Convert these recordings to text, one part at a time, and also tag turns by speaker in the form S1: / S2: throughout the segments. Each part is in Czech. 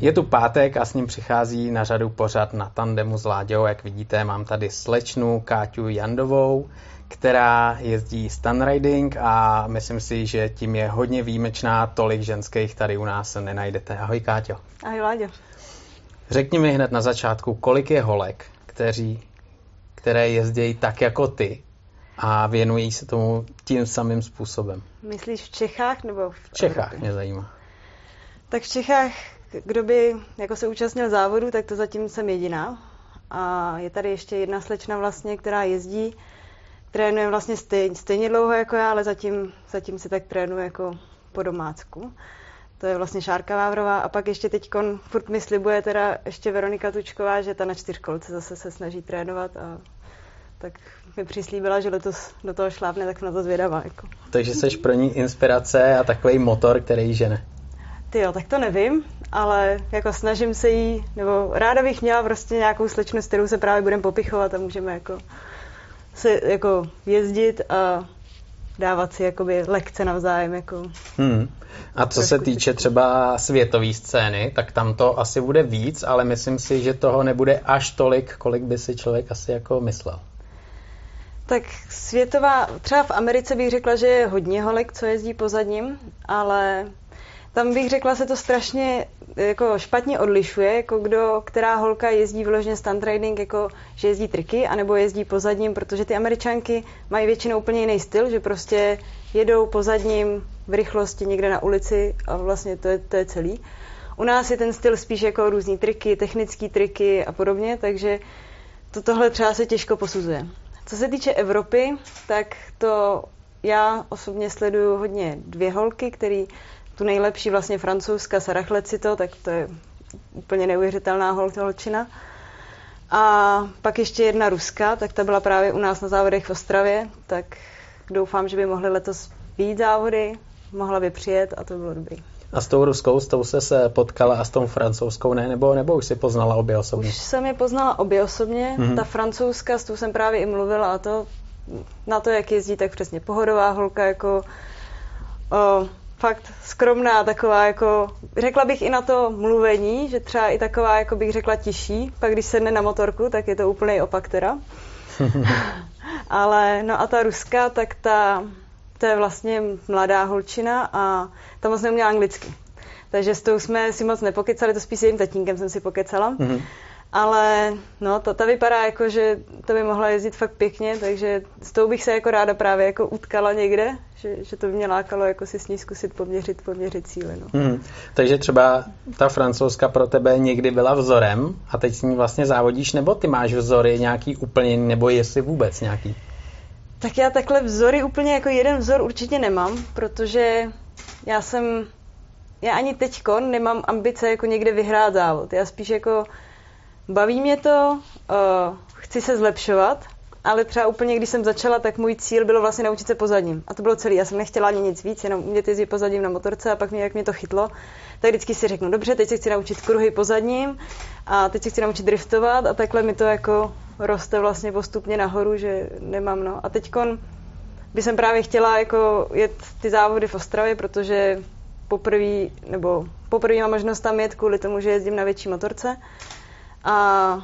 S1: Je tu pátek a s ním přichází na řadu pořad Na tandemu s Láďou. Jak vidíte, mám tady slečnu Káťu Jandovou, která jezdí stunriding a myslím si, že tím je hodně výjimečná, tolik ženských tady u nás nenajdete. Ahoj Káťo.
S2: Ahoj Láďo.
S1: Řekni mi hned na začátku, kolik je holek, které jezdí tak jako ty a věnují se tomu tím samým způsobem.
S2: Myslíš v Čechách nebo
S1: v Čechách mě zajímá.
S2: Tak v Čechách, kdo by jako se účastnil závodu, tak to zatím jsem jediná. A je tady ještě jedna slečna vlastně, která jezdí, trénuje vlastně stejně dlouho jako já, ale zatím si tak trénuje jako po domácku. To je vlastně Šárka Vávrová a pak ještě teďkon furt mi slibuje teda ještě Veronika Tučková, že ta na 4kolce zase se snaží trénovat a tak mi přislíbila, že letos do toho šlápne, tak na to zvědavá. Jako.
S1: Takže seš pro ní inspirace a takový motor, který jí žene.
S2: Tyjo, tak to nevím, ale jako snažím se jí, nebo ráda bych měla prostě nějakou slečnu, s kterou se právě budeme popichovat a můžeme jako se jako jezdit a dávat si jakoby lekce navzájem. Jako.
S1: A co se týče třeba světové scény, tak tam to asi bude víc, ale myslím si, že toho nebude až tolik, kolik by si člověk asi jako myslel.
S2: Tak světová, třeba v Americe bych řekla, že je hodně holek, co jezdí po zadním, ale tam bych řekla, se to strašně jako špatně odlišuje, jako která holka jezdí vyloženě stunt riding, jako že jezdí triky, anebo jezdí po zadním, protože ty Američanky mají většinou úplně jiný styl, že prostě jedou po zadním v rychlosti někde na ulici a vlastně to je celý. U nás je ten styl spíš jako různý triky, technické triky a podobně, takže tohle třeba se těžko posuzuje. Co se týče Evropy, tak to já osobně sleduju hodně dvě holky, který tu nejlepší vlastně francouzská Sarah Lecito, tak to je úplně neuvěřitelná holčina. A pak ještě jedna ruská, tak ta byla právě u nás na závodech v Ostravě, tak doufám, že by mohly letos být závody, mohla by přijet a to bylo dobrý.
S1: A s tou ruskou, s tou se potkala a s tou francouzskou ne? Nebo už si poznala obě osobně?
S2: Už jsem je poznala obě osobně. Ta francouzská, s tou jsem právě i mluvila a to na to, jak jezdí, tak přesně pohodová holka, jako fakt skromná, taková jako, řekla bych i na to mluvení, že třeba i taková, jako bych řekla, tiší. Pak když sedne na motorku, tak je to úplný opak teda. Ale no a ta ruská, tak to je vlastně mladá holčina a ta moc neuměla anglicky. Takže s tou jsme si moc nepokecali, to spíš s jejím tatínkem jsem si pokecala. Ale no, ta vypadá jako, že to by mohla jezdit fakt pěkně, takže s tou bych se jako ráda právě jako utkala někde, že to by mě lákalo jako si s ní zkusit poměřit síly. No.
S1: Takže třeba ta francouzska pro tebe někdy byla vzorem a teď s ní vlastně závodíš, nebo ty máš vzory nějaký úplně, nebo jestli vůbec nějaký?
S2: Tak já takhle vzory úplně jako jeden vzor určitě nemám, protože já ani teďko nemám ambice jako někde vyhrát závod. Já spíš jako baví mě to, chci se zlepšovat, ale třeba úplně, když jsem začala, tak můj cíl bylo vlastně naučit se po zadním. A to bylo celé. Já jsem nechtěla ani nic víc, jenom umět jezdit po zadním na motorce a pak jak mě to chytlo, tak vždycky si řeknu, dobře, teď se chci naučit kruhy po zadním a teď se chci naučit driftovat a takhle mi to jako roste vlastně postupně nahoru, že nemám, no. A teďkon by jsem právě chtěla jako jet ty závody v Ostravě, protože poprvé mám možnost tam jet kvůli tomu, že jezdím na větší motorce. A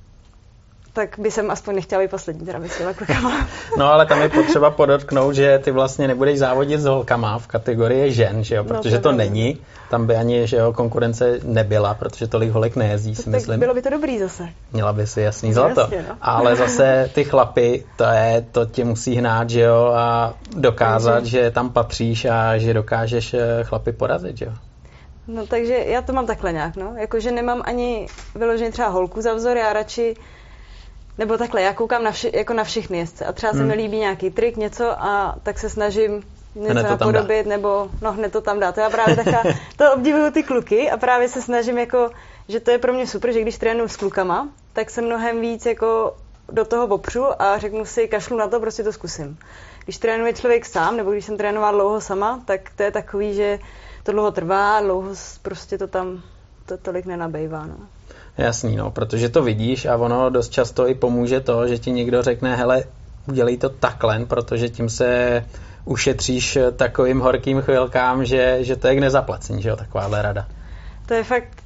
S2: tak by jsem aspoň nechtěla být poslední, teda s těma klukama.
S1: No ale tam je potřeba podotknout, že ty vlastně nebudeš závodit s holkama v kategorii žen, že jo? Protože to není. Tam by ani že jo, konkurence nebyla, protože tolik holek nejezdí, si myslím.
S2: Bylo by to dobrý zase.
S1: Měla by si jasný zlato.
S2: Jasně, no.
S1: Ale zase ty chlapy, to tě musí hnát, že jo? A dokázat, že tam patříš a že dokážeš chlapy porazit, že jo?
S2: No takže já to mám takhle nějak, no. Jakože nemám ani vyloženě třeba holku za vzor, já radši, nebo takhle, já koukám na všechny jezdce a třeba se mi líbí nějaký trik, něco a tak se snažím něco napodobit, nebo hned to tam dát. Já právě to obdivuju ty kluky a právě se snažím jako, že to je pro mě super, že když trénuju s klukama, tak se mnohem víc jako do toho opřu a řeknu si, kašlu na to, prostě to zkusím. Když trénuje člověk sám, nebo když jsem trénovala dlouho sama, tak to je takový, že to dlouho trvá, dlouho prostě to tam tolik nenabejvá, no.
S1: Jasný, no, protože to vidíš a ono dost často i pomůže to, že ti někdo řekne, hele, udělej to takhle, protože tím se ušetříš takovým horkým chvilkám, že to je k nezaplacení, že jo, takováhle rada.
S2: To je fakt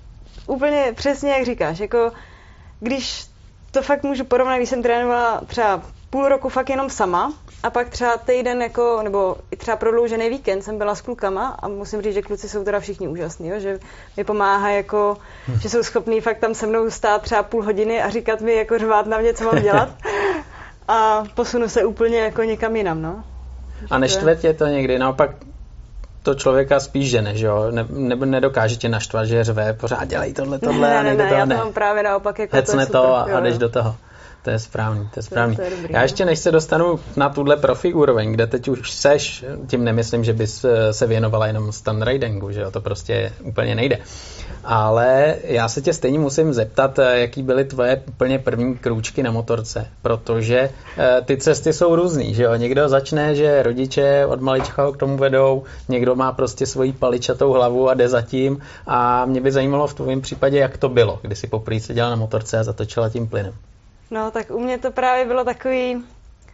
S2: úplně přesně jak říkáš, jako když to fakt můžu porovnat, když jsem trénovala třeba půl roku fakt jenom sama a pak třeba týden jako, nebo i třeba prodloužený víkend jsem byla s klukama a musím říct, že kluci jsou teda všichni úžasní, jo, že mi pomáhají jako, že jsou schopní fakt tam se mnou stát třeba půl hodiny a říkat mi jako řvát na mě, co mám dělat a posunu se úplně jako někam jinam, no.
S1: A neštve tě to někdy, naopak to člověka spíš žene, že jo? Nebo nedokáže tě naštvat, že řve, pořád dělej tohle,
S2: ne, já to mám právě naopak jako
S1: hecne to a jdeš do toho. To je správný, to je správný.
S2: To je dobrý,
S1: já ještě než se dostanu na tuhle profi úroveň, kde teď už seš, tím nemyslím, že bys se věnovala jenom standridingu, že jo, to prostě úplně nejde. Ale já se tě stejně musím zeptat, jaký byly tvoje úplně první krůčky na motorce, protože ty cesty jsou různý, že jo, někdo začne, že rodiče od malička ho k tomu vedou, někdo má prostě svoji paličatou hlavu a jde za tím a mě by zajímalo v tvém případě, jak to bylo, kdy jsi poprvé seděla na motorce a zatočila tím plynem.
S2: No, tak u mě to právě bylo takový,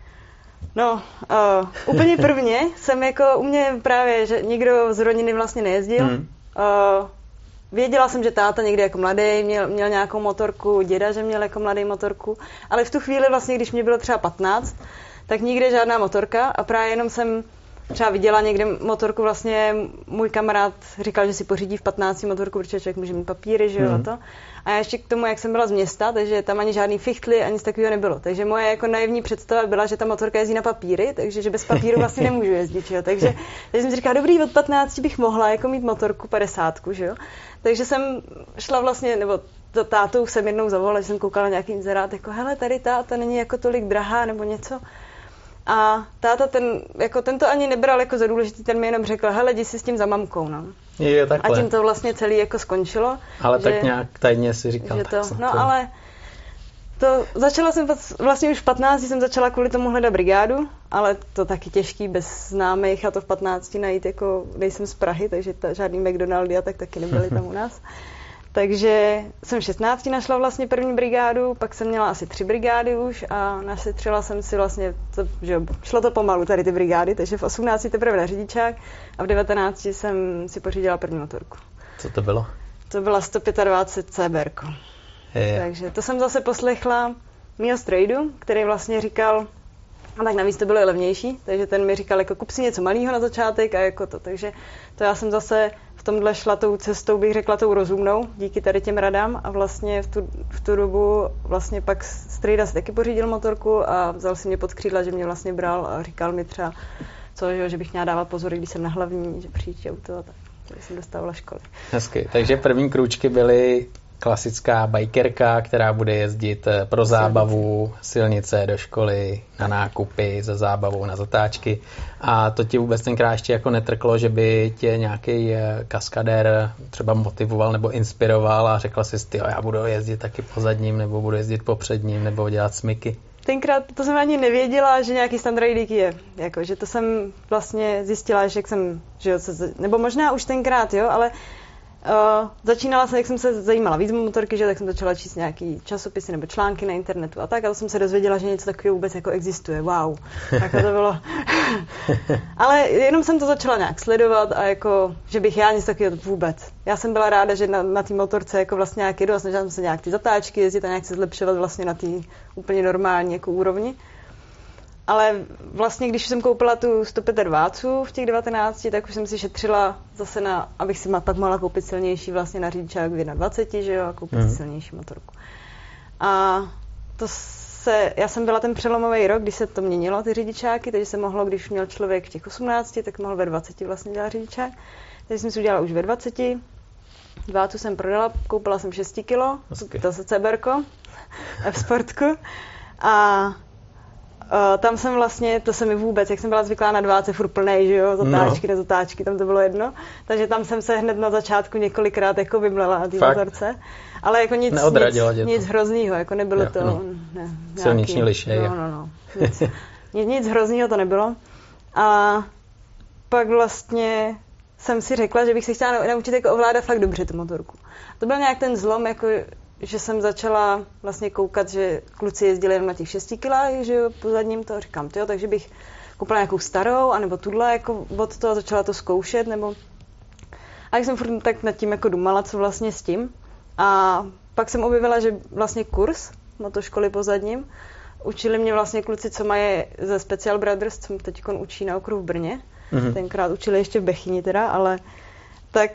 S2: úplně prvně jsem jako, u mě právě, že nikdo z rodiny vlastně nejezdil. Věděla jsem, že táta někdy jako mladý měl nějakou motorku, děda, že měl jako mladý motorku, ale v tu chvíli vlastně, když mě bylo třeba 15, tak nikde žádná motorka a právě jenom jsem třeba viděla někde motorku, vlastně můj kamarád říkal, že si pořídí v 15 motorku, protože člověk může mít papíry, že jo, a to. A já ještě k tomu, jak jsem byla z města, takže tam ani žádný fichtly, ani nic takového nebylo. Takže moje jako naivní představa byla, že ta motorka jezdí na papíry, takže že bez papíru vlastně nemůžu jezdit, že jo. Takže jsem si říkala, dobrý, od 15 bych mohla jako mít motorku 50, že jo. Takže jsem šla vlastně, nebo za tátou jsem jednou zavolala, že jsem koukala nějaký inzerát, jako hele, tady táta není jako tolik drahá nebo něco. A táta ten to ani nebral jako za důležitý, ten mi jenom řekl, hele, jdi si s tím za mamkou, no.
S1: Je, takhle.
S2: A tím to vlastně celý jako skončilo.
S1: Ale že, tak nějak tajně si říkal.
S2: Že ale začala jsem vlastně už v 15 jsem začala kvůli tomu hledat brigádu, ale to taky těžký bez známých a to v 15 najít, jako nejsem z Prahy, takže žádný McDonaldy a tak taky nebyly tam u nás. Takže jsem v 16 našla vlastně první brigádu, pak jsem měla asi 3 brigády už a našetřila jsem si vlastně, šlo to pomalu tady ty brigády, takže v 18 teprve na řidičák a v 19 jsem si pořídila první motorku.
S1: Co to bylo?
S2: To byla 125 CBR. Takže to jsem zase poslechla mýho strejdu, který vlastně říkal, a tak navíc to bylo i levnější, takže ten mi říkal, jako kup si něco malého na začátek a jako to, takže to já jsem zase v tomhle šla tou cestou, bych řekla tou rozumnou, díky tady těm radám a vlastně v tu dobu vlastně pak strejda si taky pořídil motorku a vzal si mě pod křídla, že mě vlastně bral a říkal mi třeba, že bych měla dávat pozor, když jsem na hlavní, že přijde auto a tak, takže jsem dostávala školy.
S1: Hezky, takže první krůčky byly klasická bajkerka, která bude jezdit pro zábavu, silnice do školy, na nákupy, za zábavou, na zatáčky. A to ti vůbec tenkrát ještě jako netrklo, že by tě nějaký kaskadér třeba motivoval nebo inspiroval a řekla si, já budu jezdit taky po zadním, nebo budu jezdit po předním, nebo dělat smyky.
S2: Tenkrát to jsem ani nevěděla, že nějaký standardík je. Jako, že to jsem vlastně zjistila, že jsem, že jo, nebo možná už tenkrát, jo, ale začínala jsem, jak jsem se zajímala víc o motorky, že tak jsem začala číst nějaký časopisy nebo články na internetu a tak, a to jsem se dozvěděla, že něco takového vůbec jako existuje. Wow. Tak to bylo. Ale jenom jsem to začala nějak sledovat a jako, že bych já nic takového vůbec. Já jsem byla ráda, že na té motorce jako vlastně nějak jedu a snažila jsem se nějak ty zatáčky jezdit a nějak se zlepšovat vlastně na té úplně normální jako úrovni. Ale vlastně, když jsem koupila tu 125 v těch 19, tak už jsem si šetřila zase abych si pak mohla koupit silnější vlastně na řidičák v 21, že jo, a koupit si silnější motorku. A já jsem byla ten přelomový rok, když se to měnilo, ty řidičáky, takže se mohlo, když měl člověk v těch 18, tak mohl ve 20 vlastně dělat řidičák. Takže jsem si udělala už ve 20. 2 jsem prodala, koupila jsem 6 kilo, to se CBRko, F-Sportku. A tam jsem vlastně, to se mi vůbec, jak jsem byla zvyklá na 20, furt plnej, že jo, zatáčky, nezatáčky, tam to bylo jedno. Takže tam jsem se hned na začátku několikrát jako vymlela na té motorce. Ale jako nic hroznýho, jako nebylo to...
S1: Silniční lišej.
S2: Nic hroznýho to nebylo. A pak vlastně jsem si řekla, že bych se chtěla naučit jako ovládat fakt dobře tu motorku. To byl nějak ten zlom, jako že jsem začala vlastně koukat, že kluci jezdili jenom na těch 6 kilách, že jo, po zadním to říkám, takže bych koupila nějakou starou, anebo tuhle jako od toho začala to zkoušet, nebo... A jak jsem furt tak nad tím jako dumala, co vlastně s tím. A pak jsem objevila, že vlastně kurz motoškoly Pozadním učili mě vlastně kluci, co mají ze Special Brothers, co teď učí na okruhu v Brně. Tenkrát učili ještě v Bechyni teda, ale tak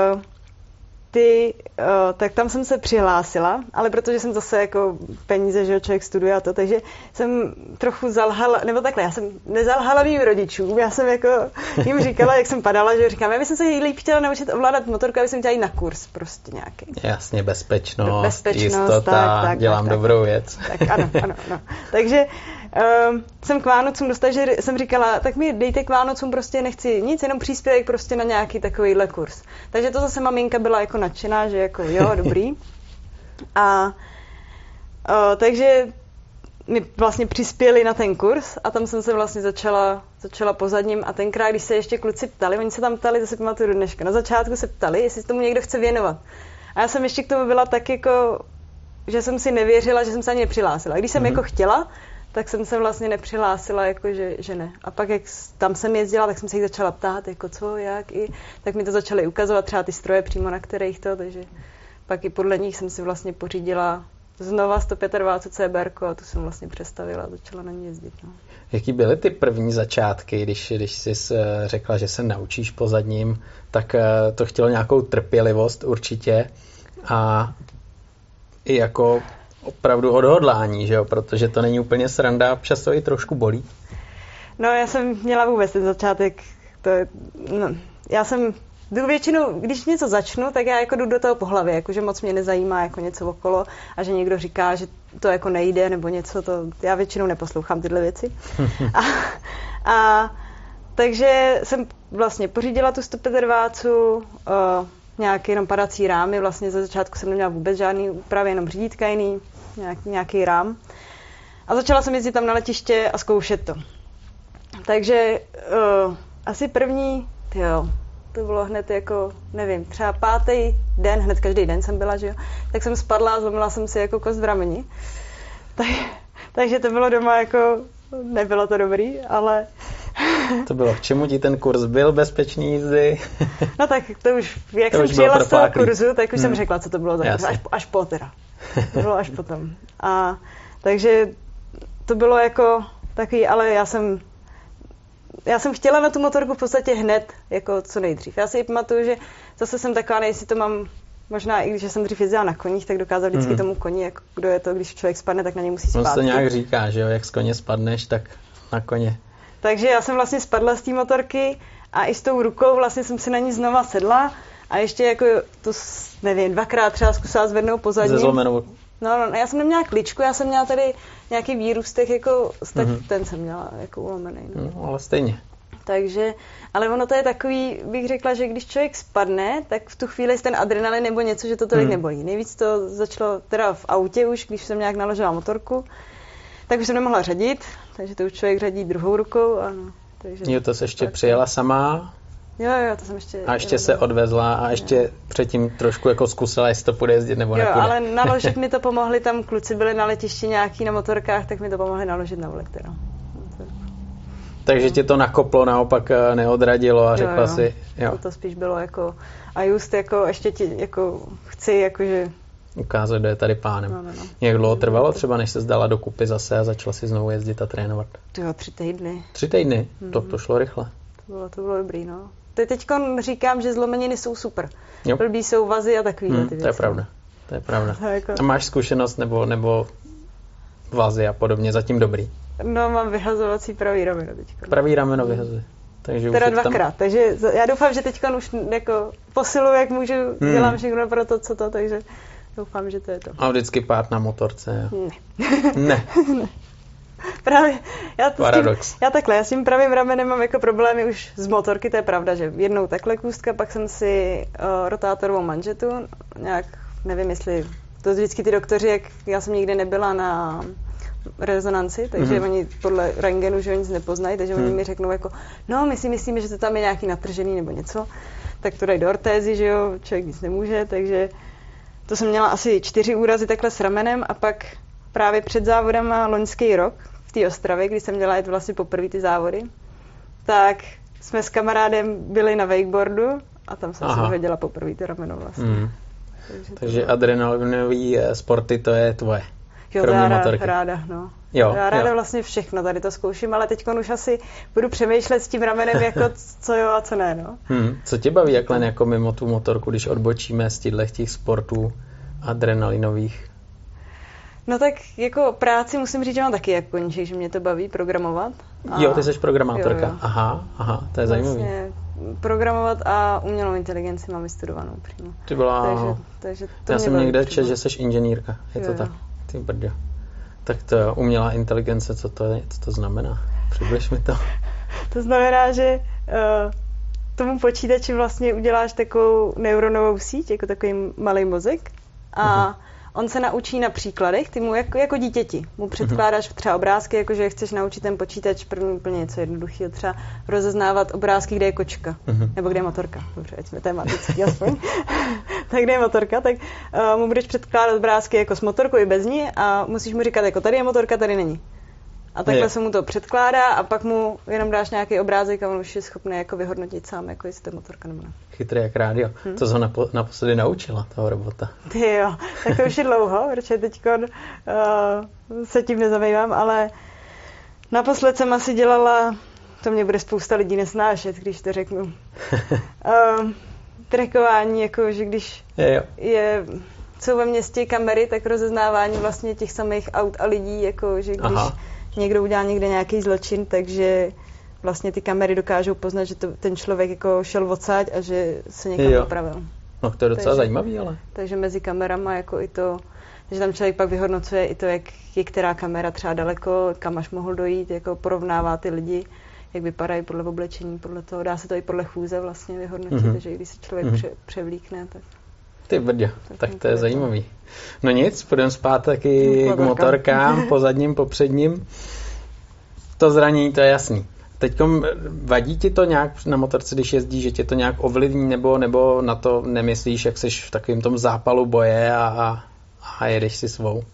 S2: tak tam jsem se přihlásila, ale protože jsem zase jako peníze, že člověk studuje a to, takže jsem trochu zalhala, nebo takhle, já jsem nezalhala mým rodičům, já jsem jako jim říkala, jak jsem padala, že říkám, já bych se líp chtěla naučit ovládat motorku, aby jsem chtěla jít na kurz prostě nějaký.
S1: Jasně, bezpečnost, jistota, tak, dělám dobrou věc.
S2: Tak ano. Takže jsem k Vánocům dostala, že jsem říkala, tak mi dejte k Vánocům, prostě nechci nic, jenom příspěvek prostě na nějaký takovýhle kurz. Takže to zase maminka byla jako nadšená, že jako jo, dobrý. Takže mi vlastně přispěli na ten kurz a tam jsem se vlastně začala Pozadním a tenkrát, když se ještě kluci ptali, oni se tam ptali, to si pamatuju do dneška, na začátku se ptali, jestli tomu někdo chce věnovat. A já jsem ještě k tomu byla tak jako, že jsem si nevěřila, že jsem se ani nepřihlásila. A když jsem jako chtěla, tak jsem se vlastně nepřihlásila, jako že ne. A pak, jak tam jsem jezdila, tak jsem se jich začala ptát, jako co, jak, tak mi to začaly ukazovat třeba ty stroje přímo, na kterých to, takže pak i podle nich jsem si vlastně pořídila znova 125 CBR a tu jsem vlastně přestavila a začala na ní jezdit. No.
S1: Jaký byly ty první začátky, když jsi řekla, že se naučíš Pozadním, tak to chtělo nějakou trpělivost určitě a i jako opravdu odhodlání, že jo? Protože to není úplně sranda, občas to i trošku bolí.
S2: No, já jsem měla vůbec ten začátek, já jsem většinou, když něco začnu, tak já jako jdu do toho po hlavě, jako že moc mě nezajímá jako něco okolo a že někdo říká, že to jako nejde nebo něco, to já většinou neposlouchám tyhle věci. Takže jsem vlastně pořídila tu 125, nějaký jenom padací rámy, vlastně za začátku jsem neměla vůbec žádný úpravy, jenom řídítka jiný, nějaký rám. A začala jsem jezdit tam na letiště a zkoušet to. Takže asi první, to bylo hned jako, nevím, třeba 5. den, hned každý den jsem byla, že jo, tak jsem spadla a zlomila jsem si jako kost v rameni. Takže to bylo doma jako, nebylo to dobrý, ale...
S1: To bylo, k čemu ti ten kurz byl, bezpečný jízdy?
S2: No tak to už, jak jsem přijela z toho kurzu, tak už jsem řekla, co to bylo za kurz, až po teda. To bylo až potom. Takže to bylo jako takový, ale já jsem chtěla na tu motorku v podstatě hned, jako co nejdřív. Já si i pamatuju, že zase jsem taková, jestli to mám, možná i když jsem dřív jezdila na koních, tak dokázal vždycky tomu koni, jako kdo je to, když člověk spadne, tak na něj musí spát.
S1: No to nějak říká, že jo, jak z koně spadneš, tak na koně. Takže
S2: já jsem vlastně spadla z té motorky a i s tou rukou vlastně jsem si na ní znova sedla a ještě jako to, nevím, 2krát třeba zkusila zvednout pozadí.
S1: Ze zlomenou.
S2: No, já jsem neměla kličku, já jsem měla tady nějaký výrůstek, jako ten jsem měla jako ulomený.
S1: No, ale stejně.
S2: Takže, ale ono to je takový, bych řekla, že když člověk spadne, tak v tu chvíli ten adrenalin nebo něco, že to tolik nebolí. Nejvíc to začalo teda v autě už, když jsem nějak naložila motorku, tak už jsem nemohla řadit, takže to už člověk řadí druhou rukou. Ano, takže
S1: jo, to se ještě přijela sama.
S2: Jo, to jsem ještě...
S1: A ještě se odvezla a ještě předtím trošku jako zkusila, jestli to půjde jezdit nebo nepůjde.
S2: Jo, ale naložit mi to pomohli, tam kluci byli na letišti nějaký na motorkách, tak mi to pomohli naložit na vlek teda.
S1: Takže tě to nakoplo, naopak neodradilo a řekla si... Jo.
S2: To spíš bylo jako... A just jako ještě ti jako chci jakože...
S1: Ukázat, kdo je tady pánem. No. Jak dlouho trvalo třeba, než se zdala dokupy zase a začala si znovu jezdit a trénovat?
S2: 3 týdny.
S1: 3 týdny? To šlo rychle.
S2: To bylo dobrý, no. Teď říkám, že zlomeniny jsou super. Blbý jsou vazy a takovýhle ty věci.
S1: To je pravda. A máš zkušenost nebo vazy a podobně, zatím dobrý?
S2: No, mám vyhazovací pravý rameno teďka.
S1: Pravý rameno vyhazuje. Takže
S2: teda 2krát, takže já doufám, že teďka už jako posiluju, jak můžu, dělám všechno pro to, co to, takže doufám, že to je to.
S1: A vždycky pád na motorce, jo?
S2: Ne. Právě,
S1: paradox.
S2: Já s tím pravým ramenem mám jako problémy už z motorky, to je pravda, že jednou takhle kůstka, pak jsem si rotátorovou manžetu, nějak, nevím, jestli to vždycky ty doktoři, jak já jsem nikdy nebyla na rezonanci, takže oni podle rentgenu, že nic nepoznají, takže oni mi řeknou jako, no, my si myslíme, že to tam je nějaký natržený nebo něco, tak to dají do ortézy, že jo, člověk nic nemůže, takže to jsem měla asi 4 úrazy takhle s ramenem a pak právě před závodama loňský rok v té Ostravě, kdy jsem měla jet vlastně poprvé ty závody, tak jsme s kamarádem byli na wakeboardu a tam jsem si uvěděla poprvé ty rameno vlastně.
S1: Takže adrenalinové sporty, to je tvoje.
S2: Jo, to já ráda, no.
S1: Jo,
S2: já ráda vlastně všechno tady to zkouším, ale teď už asi budu přemýšlet s tím ramenem, jako co jo a co ne, no.
S1: Co tě baví jakhle jako mimo tu motorku, když odbočíme z těch sportů adrenalinových?
S2: No tak jako práci musím říct, že mám taky jako koníček, že mě to baví programovat.
S1: Jo, ty jsi programátorka.
S2: Jo.
S1: Aha, to je zajímavý.
S2: Vlastně programovat a umělou inteligenci mám vystudovanou přímo.
S1: Ty byla...
S2: Takže to
S1: já jsem někde četl, že
S2: přímo.
S1: jsi inženýrka. Je to tak? Ty brďo. Tak to jo, umělá inteligence, co to znamená? Přibliž mi to.
S2: To znamená, že tomu počítači vlastně uděláš takovou neuronovou síť, jako takový malý mozek a on se naučí na příkladech, ty mu jako dítěti. Mu předkládáš třeba obrázky, jakože chceš naučit ten počítač první úplně něco jednoduchého, třeba rozeznávat obrázky, kde je kočka, nebo kde je motorka. Dobře, ať jsme tematický aspoň. Tak kde je motorka, tak mu budeš předkládat obrázky jako s motorkou i bez ní a musíš mu říkat, jako tady je motorka, tady není. A takhle se mu to předkládá a pak mu jenom dáš nějaký obrázek a on už je schopný jako vyhodnotit sám, jako jestli to je motorka nebo ne.
S1: Chytrý jak rádio. To jsi ho naposledy naučila, toho robota.
S2: Ty jo, tak to už je dlouho, protože teď se tím nezabývám, ale naposled jsem asi dělala, to mě bude spousta lidí nesnášet, když to řeknu, trackování, jako že když jsou ve městě kamery, tak rozeznávání vlastně těch samých aut a lidí, jako že když někdo udělá někde nějaký zločin, takže vlastně ty kamery dokážou poznat, že ten člověk jako šel odsáď a že se někam dopravil.
S1: No to je docela zajímavý, ale.
S2: Takže mezi kamerama jako i to, že tam člověk pak vyhodnocuje i to, jak je která kamera třeba daleko, kam až mohl dojít, jako porovnává ty lidi, jak vypadají podle oblečení, podle toho, dá se to i podle chůze vlastně vyhodnotit, že když se člověk převlíkne, tak...
S1: Ty brdě, tak to je zajímavý. No nic, půjdeme zpátky k motorkám, po zadním, po předním. To zranění, to je jasný. Teďkom vadí ti to nějak na motorce, když jezdíš, že tě to nějak ovlivní, nebo na to nemyslíš, jak jsi v takovém tom zápalu boje a jedeš si svou?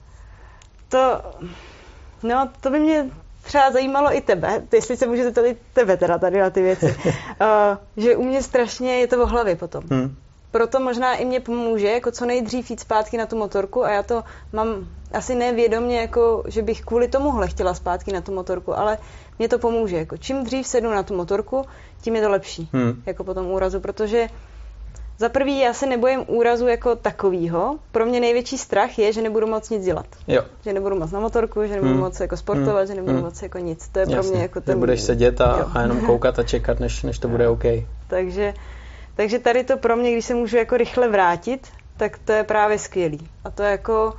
S2: To by mě třeba zajímalo i tebe, jestli se můžete tady tebe teda tady na ty věci, že u mě strašně je to o hlavě potom. Proto možná i mě pomůže, jako co nejdřív jít zpátky na tu motorku a já to mám asi nevědomě, jako, že bych kvůli tomuhle chtěla zpátky na tu motorku, ale mě to pomůže. Jako, čím dřív sednu na tu motorku, tím je to lepší, jako po tom úrazu, protože za prvý já se nebojím úrazu jako takovýho. Pro mě největší strach je, že nebudu moc nic dělat.
S1: Jo.
S2: Že nebudu moc na motorku, že nebudu moc jako sportovat, že nebudu moc jako nic. To je pro mě jako ten...
S1: Že budeš sedět a jenom koukat a čekat, než to bude OK.
S2: Takže tady to pro mě, když se můžu jako rychle vrátit, tak to je právě skvělý. A to jako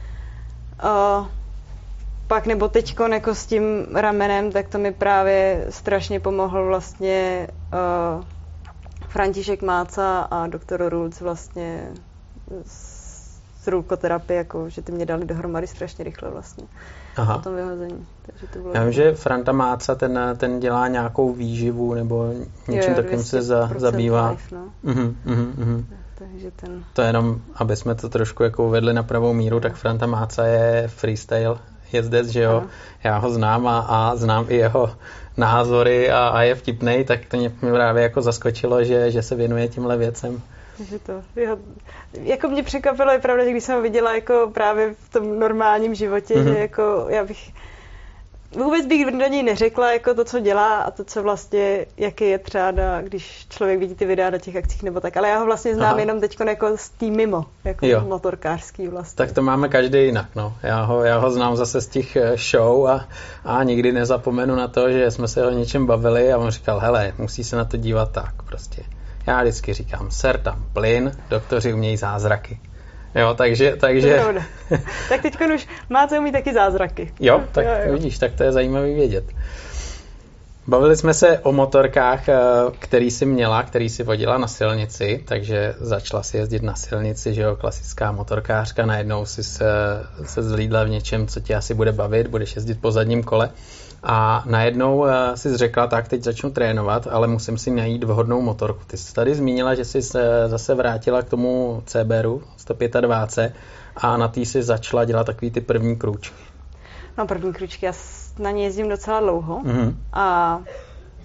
S2: pak nebo teďkon jako s tím ramenem, tak to mi právě strašně pomohl vlastně František Máca a doktor Rulc vlastně z rulkoterapie, jako, že ty mě dali dohromady strašně rychle vlastně. Po tom vyhození. Takže to bylo
S1: já vím, že Franta Máca, ten dělá nějakou výživu nebo něčím takovým se zabývá.
S2: Life, no. Takže
S1: to je jenom, aby jsme to trošku jako uvedli na pravou míru, tak Franta Máca je freestyle jezdec, že jo. Já ho znám a znám i jeho názory a je vtipnej, tak to mě právě jako zaskočilo, že se věnuje tímhle věcem.
S2: Takže jako mě překvapilo, je pravda, že když jsem ho viděla jako právě v tom normálním životě, že jako vůbec bych do něj neřekla jako to, co dělá a to, co vlastně, jaký je třeba, když člověk vidí ty videa na těch akcích nebo tak, ale já ho vlastně znám jenom teďko jako z tý mimo, jako motorkářský vlastně.
S1: Tak to máme každý jinak, no. Já ho znám zase z těch show a nikdy nezapomenu na to, že jsme se o něčem bavili a on říkal, hele, musí se na to dívat tak prostě. Já vždycky říkám, ser tam plyn, doktoři umějí zázraky. Jo, takže...
S2: Tak teďko už Máce umí taky zázraky.
S1: Jo, tak vidíš, tak to je zajímavý vědět. Bavili jsme se o motorkách, který jsi měla, který jsi vodila na silnici, takže začala si jezdit na silnici, že jo, klasická motorkářka, najednou si se zlídla v něčem, co tě asi bude bavit, budeš jezdit po zadním kole. A najednou jsi řekla, tak teď začnu trénovat, ale musím si najít vhodnou motorku. Ty jsi tady zmínila, že jsi se zase vrátila k tomu CBRu 125 a na tý si začala dělat takový ty první krůčky.
S2: No první krůčky, já na ně jezdím docela dlouho a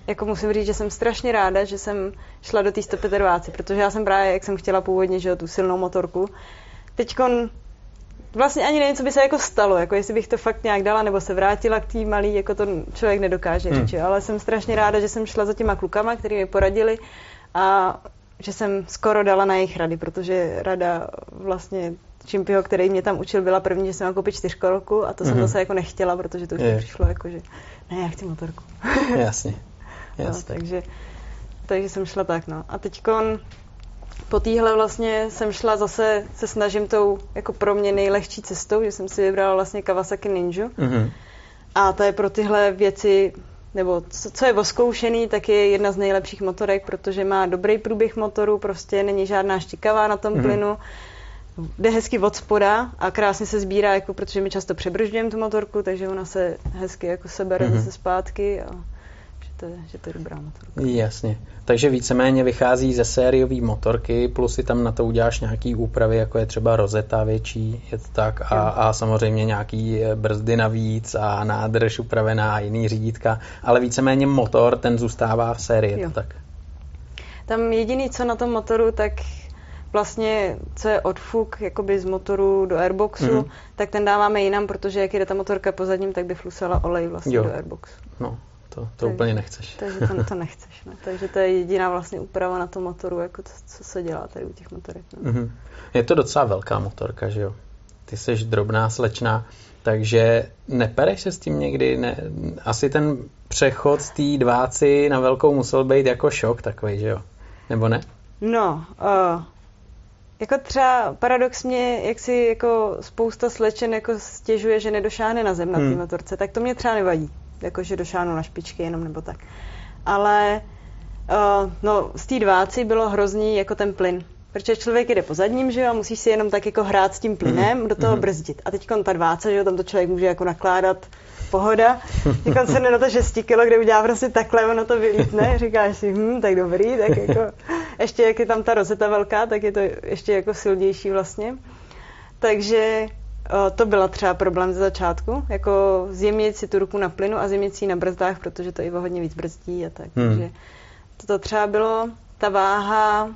S2: jako musím říct, že jsem strašně ráda, že jsem šla do té 125, protože já jsem právě, jak jsem chtěla původně, že tu silnou motorku. Teďkon vlastně ani nevím, co by se jako stalo, jako jestli bych to fakt nějak dala, nebo se vrátila k té malý, jako to člověk nedokáže říct, ale jsem strašně ráda, že jsem šla za těma klukama, který mi poradili a že jsem skoro dala na jejich rady, protože rada vlastně Čimpiho, který mě tam učil, byla první, že jsem mám koupit 4kolku a to jsem zase jako nechtěla, protože to už mi přišlo jako, že ne, já chci motorku.
S1: Jasně.
S2: No, takže jsem šla tak, no. A teďkon po téhle vlastně jsem šla zase, se snažím tou jako pro mě nejlehčí cestou, že jsem si vybrala vlastně Kawasaki Ninju. A to je pro tyhle věci, nebo co je oskoušený, tak je jedna z nejlepších motorek, protože má dobrý průběh motoru, prostě není žádná štikavá na tom plynu, jde hezky od spoda a krásně se sbírá, jako, protože my často přebržďujeme tu motorku, takže ona se hezky jako sebere zase zpátky a že to je dobrá motorka.
S1: Jasně. Takže víceméně vychází ze sériové motorky, plus si tam na to uděláš nějaký úpravy, jako je třeba rozeta větší, je to tak, a samozřejmě nějaký brzdy navíc a nádrž upravená a jiný řídítka, ale víceméně motor, ten zůstává v sérii, je to tak?
S2: Tam jediný, co na tom motoru, tak vlastně, co je odfuk jakoby z motoru do airboxu, tak ten dáváme jinam, protože jak jde ta motorka po zadním, tak by flusala olej vlastně do airboxu.
S1: No. To úplně nechceš.
S2: Takže to nechceš. No. Takže to je jediná vlastně úprava na tom motoru, jako to, co se dělá tady u těch motorek. No.
S1: Je to docela velká motorka, že jo? Ty jsi drobná slečna, takže nepereš se s tím někdy? Ne? Asi ten přechod z té dváci na velkou musel být jako šok takový, že jo? Nebo ne?
S2: No, jako třeba paradoxně, jak si jako spousta slečen jako stěžuje, že nedošáhne na zem na té motorce, tak to mě třeba nevadí. Jakože došáhnu na špičky jenom nebo tak. Ale no, z té dváci bylo hrozný jako ten plyn. Protože člověk jde po zadním, že jo, a musíš si jenom tak jako hrát s tím plynem, do toho brzdit. A teď ta dváce, že jo, tam to člověk může jako nakládat pohoda. Teď se jde na to 6 kilo, kde udělá prostě takhle, ono to vylítne. Říkáš si, tak dobrý, tak jako ještě jak je tam ta rozeta velká, tak je to ještě jako silnější vlastně. Takže to byla třeba problém ze začátku, jako zjemnit si tu ruku na plynu a zjemnit si ji na brzdách, protože to i o hodně víc brzdí a tak. Takže to třeba bylo, ta váha,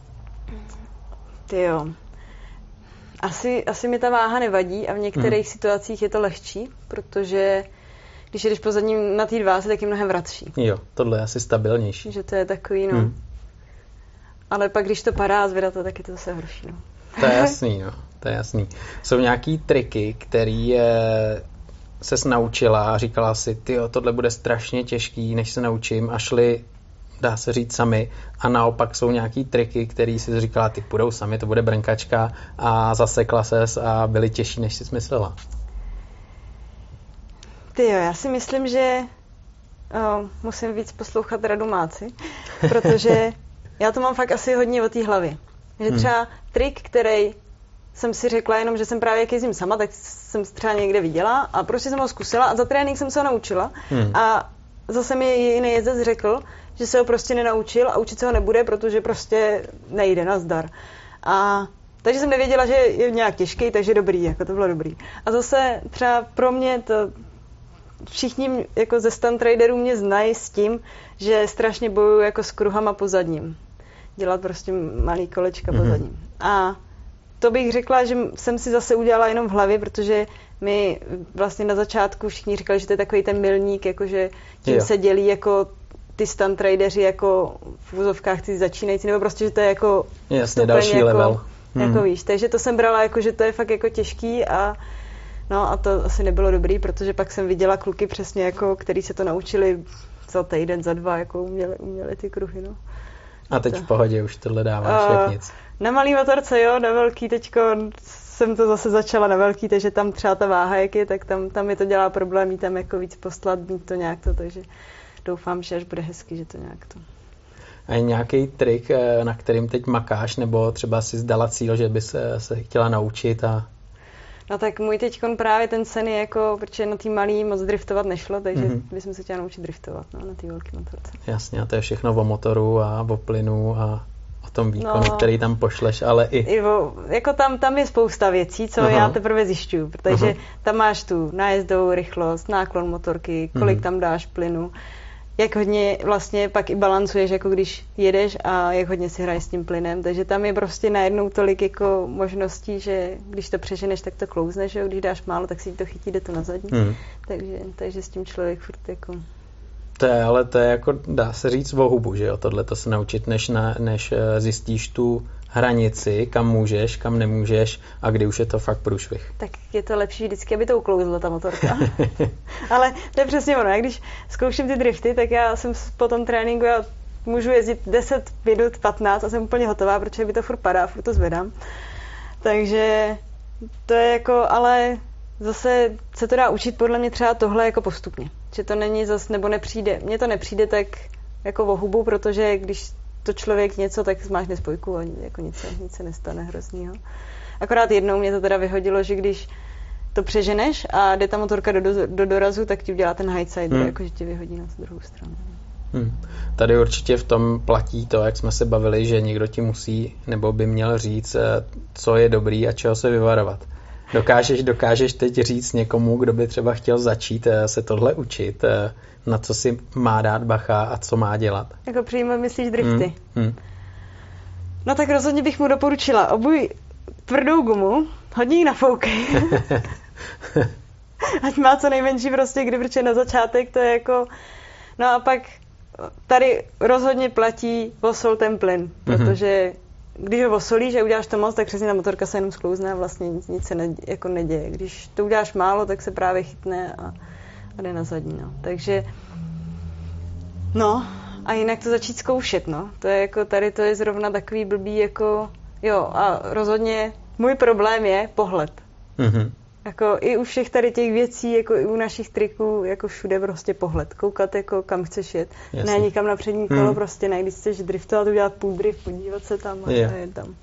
S2: tyjo, asi mi ta váha nevadí a v některých situacích je to lehčí, protože když jdeš po zadním na té dváze, tak je mnohem vratší.
S1: Jo, tohle je asi stabilnější.
S2: Že to je takový, no. Ale pak, když to padá a zvedá to, tak je to zase horší, no.
S1: To je jasný, no. To je jasný. Jsou nějaký triky, který ses naučila a říkala si, tyjo, tohle bude strašně těžký, než se naučím, a šli, dá se říct, sami, a naopak jsou nějaký triky, který si říkala, ty půjdou sami, to bude brnkačka, a zasekla ses a byly těžší, než jsi myslela.
S2: Tyjo, já si myslím, že musím víc poslouchat radu máci, protože já to mám fakt asi hodně o té hlavě. Že třeba trik, který jsem si řekla jenom, že jsem právě jak jezdím sama, tak jsem třeba někde viděla a prostě jsem ho zkusila a za trénink jsem se ho naučila a zase mi jiný jezdec řekl, že se ho prostě nenaučil a učit se ho nebude, protože prostě nejde, nazdar. A takže jsem nevěděla, že je nějak těžký, takže dobrý, jako to bylo dobrý. A zase třeba pro mě to všichni jako ze stunt riderů mě znají s tím, že strašně bojuju jako s kruhama po zadním. Dělat prostě malý kolečka po zadním. A to bych řekla, že jsem si zase udělala jenom v hlavě, protože mi vlastně na začátku všichni říkali, že to je takový ten milník, jakože tím se dělí jako ty stunt rideři jako v úzovkách ty začínající, nebo prostě, že to je jako
S1: jasně, další jako, level.
S2: Jako víš, takže to jsem brala jako, že to je fakt jako těžký a no a to asi nebylo dobrý, protože pak jsem viděla kluky přesně jako, který se to naučili za týden, za 2, jako uměli ty kruhy, no.
S1: A teď v pohodě už tohle dáváš jak nic.
S2: Na malý motorce, jo, na velký teďko jsem to zase začala na velký, takže tam třeba ta váha jak je, tak tam mi to dělá problém, mít tam jako víc poslat, mít to nějak to, takže doufám, že až bude hezky, že to nějak to.
S1: A je nějaký trik, na kterým teď makáš, nebo třeba si zdala cíl, že bys se chtěla naučit a...
S2: No tak můj teďkon právě ten sen je jako, protože na tý malý moc driftovat nešlo, takže bychom se chtěla naučit driftovat, no, na té velké motorce.
S1: Jasně, a to je všechno o motoru a o plynu a o tom výkonu, který tam pošleš, ale
S2: jako tam je spousta věcí, co já teprve zjišťuju, protože tam máš tu nájezdovou rychlost, náklon motorky, kolik tam dáš plynu, jak hodně vlastně pak i balancuješ, jako když jedeš a jak hodně si hraješ s tím plynem, takže tam je prostě najednou tolik jako možností, že když to přeženeš, tak to klouzneš, že když dáš málo, tak si to chytí, jde to na zadní, takže s tím člověk furt jako...
S1: To je jako, dá se říct, o hubu, že jo, tohle to se naučit, než zjistíš tu hranici, kam můžeš, kam nemůžeš a kdy už je to fakt průšvih.
S2: Tak je to lepší vždycky, aby to uklouzla ta motorka. Ale to je přesně ono, když zkouším ty drifty, tak já jsem po tom tréninku, já můžu jezdit 10 minut, 15 a jsem úplně hotová, protože mi to furt padá, furt to zvedám. Takže to je jako, ale zase se to dá učit podle mě třeba tohle jako postupně. Že to není zase, nebo nepřijde, mně to nepřijde tak jako o hubu, protože když to člověk něco, tak zmáčkne spojku a jako nic se nestane hroznýho. Akorát jednou mě to teda vyhodilo, že když to přeženeš a jde ta motorka do dorazu, tak ti udělá ten high-sider, jako že ti vyhodí na druhou stranu.
S1: Tady určitě v tom platí to, jak jsme se bavili, že někdo ti musí nebo by měl říct, co je dobrý a čeho se vyvarovat. Dokážeš teď říct někomu, kdo by třeba chtěl začít se tohle učit, na co si má dát bacha a co má dělat?
S2: Jako přímo myslíš drifty? No tak rozhodně bych mu doporučila obuj tvrdou gumu, hodně ji nafoukej. Ať má co nejmenší prostě, protože na začátek to je jako... No a pak tady rozhodně platí osol ten plyn, protože když ho osolíš a uděláš to moc, tak přesně ta motorka se jenom sklouzne a vlastně nic se jako neděje. Když to uděláš málo, tak se právě chytne a jde na zadní. No. Takže no a jinak to začít zkoušet. No. To je jako tady to je zrovna takový blbý jako jo a rozhodně můj problém je pohled. Jako i u všech tady těch věcí, jako i u našich triků, jako všude prostě pohled. Koukat, jako kam chceš jet. Jasně. Ne nikam na přední kolo, prostě ne, když chceš driftovat, udělat půl drift, podívat se tam a jet tam.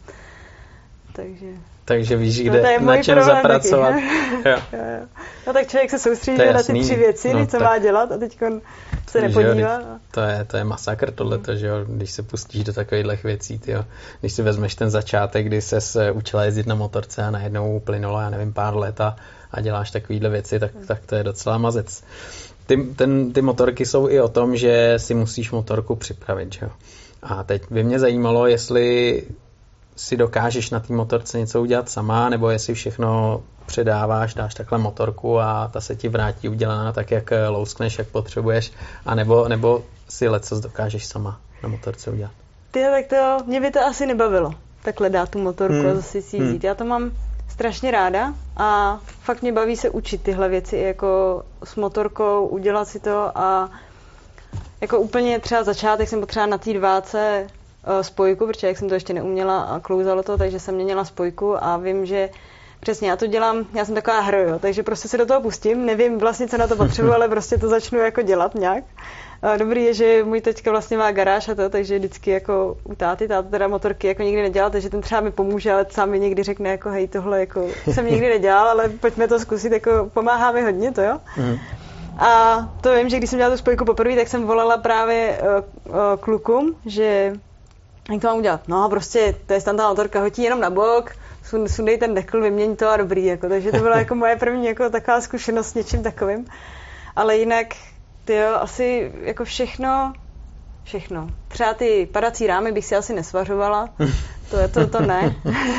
S2: Takže
S1: víš, kde, na čem zapracovat.
S2: Jo. No tak člověk se soustředí na ty 3 věci, co má dělat a teď se nepodívá.
S1: To je masakr tohleto, že jo, když se pustíš do takových věcí, tyjo. Když si vezmeš ten začátek, kdy ses učila jezdit na motorce a najednou uplynulo, já nevím, pár let a děláš takovýhle věci, tak to je docela mazec. Ty motorky jsou i o tom, že si musíš motorku připravit, že jo. A teď by mě zajímalo, jestli si dokážeš na té motorce něco udělat sama, nebo jestli všechno předáváš, dáš takhle motorku a ta se ti vrátí udělaná tak, jak louskneš, jak potřebuješ, a nebo si lecos dokážeš sama na motorce udělat.
S2: Mě by to asi nebavilo, takhle dát tu motorku a zase si jít. Já to mám strašně ráda a fakt mě baví se učit tyhle věci jako s motorkou, udělat si to a jako úplně třeba začátek jsem potřeba na té 2 spojku, protože jak jsem to ještě neuměla a klouzalo to, takže jsem měnila spojku a vím, že přesně já to dělám, já jsem taková hrojo, takže prostě se do toho pustím, nevím vlastně, co na to potřebuji, ale prostě to začnu jako dělat nějak. Dobrý je, že můj teďka vlastně má garáž a to, takže vždycky jako u táty teda motorky jako nikdy nedělal, takže ten třeba mi pomůže, ale sám mi někdy řekne jako hej, tohle jako jsem nikdy nedělal, ale pojďme to zkusit, jako pomáhá mi hodně to, jo. A to vím, že když jsem dělala tu spojku poprvé, tak jsem volala právě klukům, že jak to mám udělat? No prostě, to je ta motorka, hoď jenom na bok, sundej ten dekl, vyměň to a dobrý, jako. Takže to byla jako moje první jako taková zkušenost s něčím takovým. Ale jinak, asi jako všechno. Třeba ty padací rámy bych si asi nesvařovala, to ne.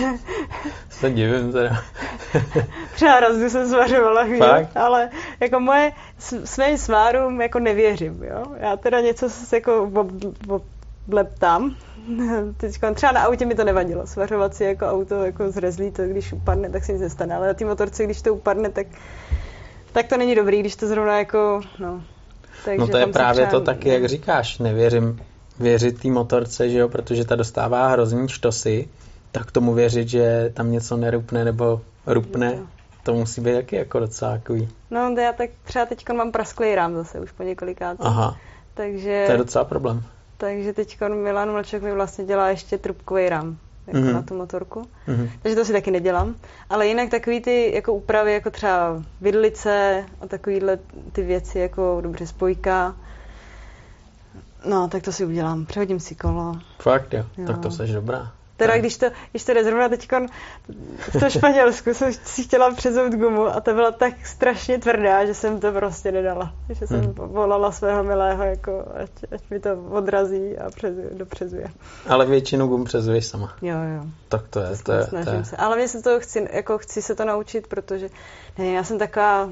S1: Se divím teda.
S2: Třeba raz jsem svařovala chvíli, ale jako svým svárům jako nevěřím, jo. Já teda něco jako obleptám. Teďka třeba na autě mi to nevadilo. Svařovat si jako auto jako zrezlí, to když upadne, tak si nic nestane. Ale na té motorce, když to upadne, tak to není dobrý, když to zrovna jako, no. Takže
S1: no to je právě to taky, jak říkáš. Nevěřím věřit té motorce, že jo, protože ta dostává hrozný štosy, tak tomu věřit, že tam něco nerupne nebo rupne, to musí být taky jako docela takový.
S2: No já tak třeba teďka mám prasklý rám zase už po několikáce.
S1: Aha,
S2: takže
S1: to je docela problém.
S2: Takže teďka Milan Mlček mi vlastně dělá ještě trubkový ram jako na tu motorku. Takže to si taky nedělám. Ale jinak takový ty jako úpravy, jako třeba vidlice a takovýhle ty věci, jako dobře spojka. No, tak to si udělám. Přehodím si kolo.
S1: Fakt jo. Tak to seš dobrá.
S2: Teda když to jde zrovna teďkon v to Španělsku jsem si chtěla přezout gumu a to byla tak strašně tvrdá, že jsem to prostě nedala. Že jsem volala svého milého, jako ať mi to odrazí a dopřezuje.
S1: Ale většinu gum přezuješ sama.
S2: Jo.
S1: Tak to je.
S2: Snažím se. Ale mě se to chci se to naučit, protože nevím, já jsem taková,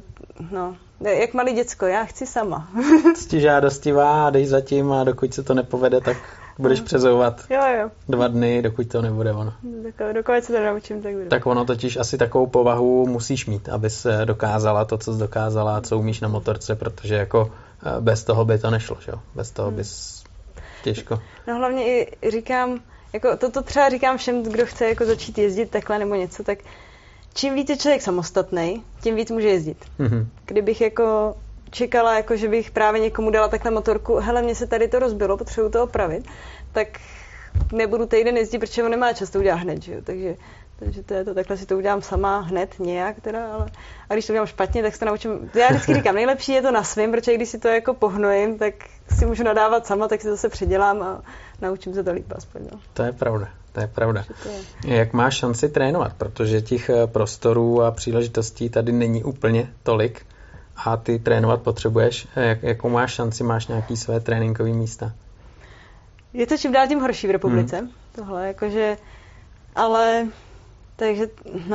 S2: jak malý děcko, já chci sama.
S1: Jsi žádostivá a dej zatím a dokud se to nepovede, tak budeš přezouvat 2 dny, dokud to nebude ono.
S2: Dokud se to naučím, tak budu.
S1: Tak ono totiž asi takovou povahu musíš mít, abys dokázala to, co jsi dokázala, co umíš na motorce, protože jako bez toho by to nešlo, že jo? Bez toho bys těžko.
S2: No hlavně i říkám, jako to třeba říkám všem, kdo chce jako začít jezdit takhle nebo něco, tak čím víc je člověk samostatný, tím víc může jezdit. Mm-hmm. Kdybych jako čekala, jako že bych právě někomu dala takhle motorku, hele, mně se tady to rozbilo, potřebuji to opravit, tak nebudu týden jezdit, protože on nemá čas to udělat hned, že jo? Takže to je to, takhle si to udělám sama hned nějak teda, ale a když to udělám špatně, tak se to naučím. Já vždycky říkám, nejlepší je to na svým, protože když si to jako pohnojím, tak si můžu nadávat sama, tak si zase předělám a naučím se to líp aspoň. No.
S1: To je pravda. Jak máš šanci trénovat, protože těch prostorů a příležitostí tady není úplně tolik a ty trénovat potřebuješ. Jakou máš šanci, máš nějaký své tréninkové místa?
S2: Je to čím dál tím horší v republice, tohle, jakože, ale, takže,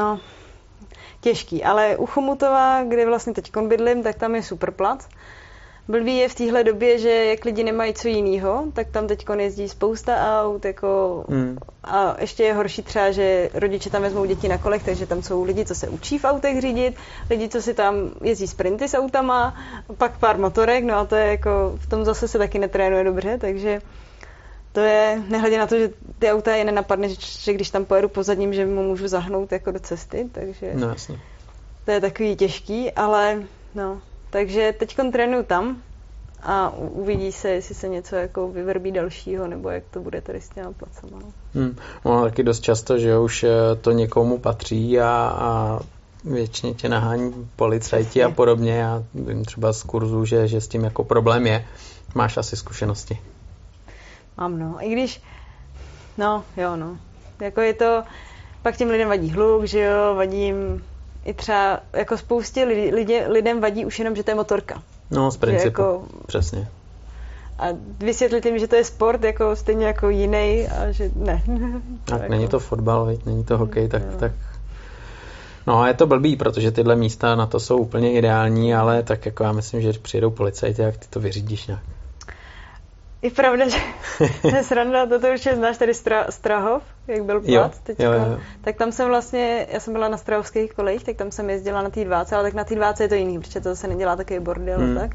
S2: těžký, ale u Chomutova, kde vlastně teď bydlím, tak tam je super plat. Blbý je v téhle době, že jak lidi nemají co jinýho, tak tam teď jezdí spousta aut, jako, a ještě je horší třeba, že rodiče tam vezmou děti na kolech, takže tam jsou lidi, co se učí v autech řídit, lidi, co si tam jezdí sprinty s autama, pak pár motorek, no a to je jako, v tom zase se taky netrénuje dobře, takže to je, nehledě na to, že ty auta je nenapadne, že když tam pojedu po zadním, že mu můžu zahnout jako do cesty, takže to je takový těžký, ale takže teďkon trénuju tam a uvidí se, jestli se něco jako vyvrbí dalšího, nebo jak to bude tady s těma placama.
S1: No taky dost často, že už to někomu patří a většině tě nahání policajti a podobně. Já vím třeba z kurzu, že s tím jako problém je. Máš asi zkušenosti.
S2: Mám, i když, jako je to, pak těm lidem vadí hluk, že jo, vadí jim i třeba, jako spoustě lidem vadí už jenom, že to je motorka.
S1: No, z principu, jako, přesně.
S2: A vysvětlit jim, že to je sport, jako stejně jako jiný a že ne.
S1: Tak není to fotbal, veď, není to hokej, tak. No a je to blbý, protože tyhle místa na to jsou úplně ideální, ale tak jako já myslím, že přijedou policajti, jak ty to vyřídíš nějak.
S2: Je pravda, že je sranda, to určitě znáš tady Strahov, jak byl plat teďko. Jo. Tak tam jsem vlastně, já jsem byla na strahovských kolejích, tak tam jsem jezdila na té 20, ale tak na té 20 je to jiný, protože to se nedělá takový bordel, tak.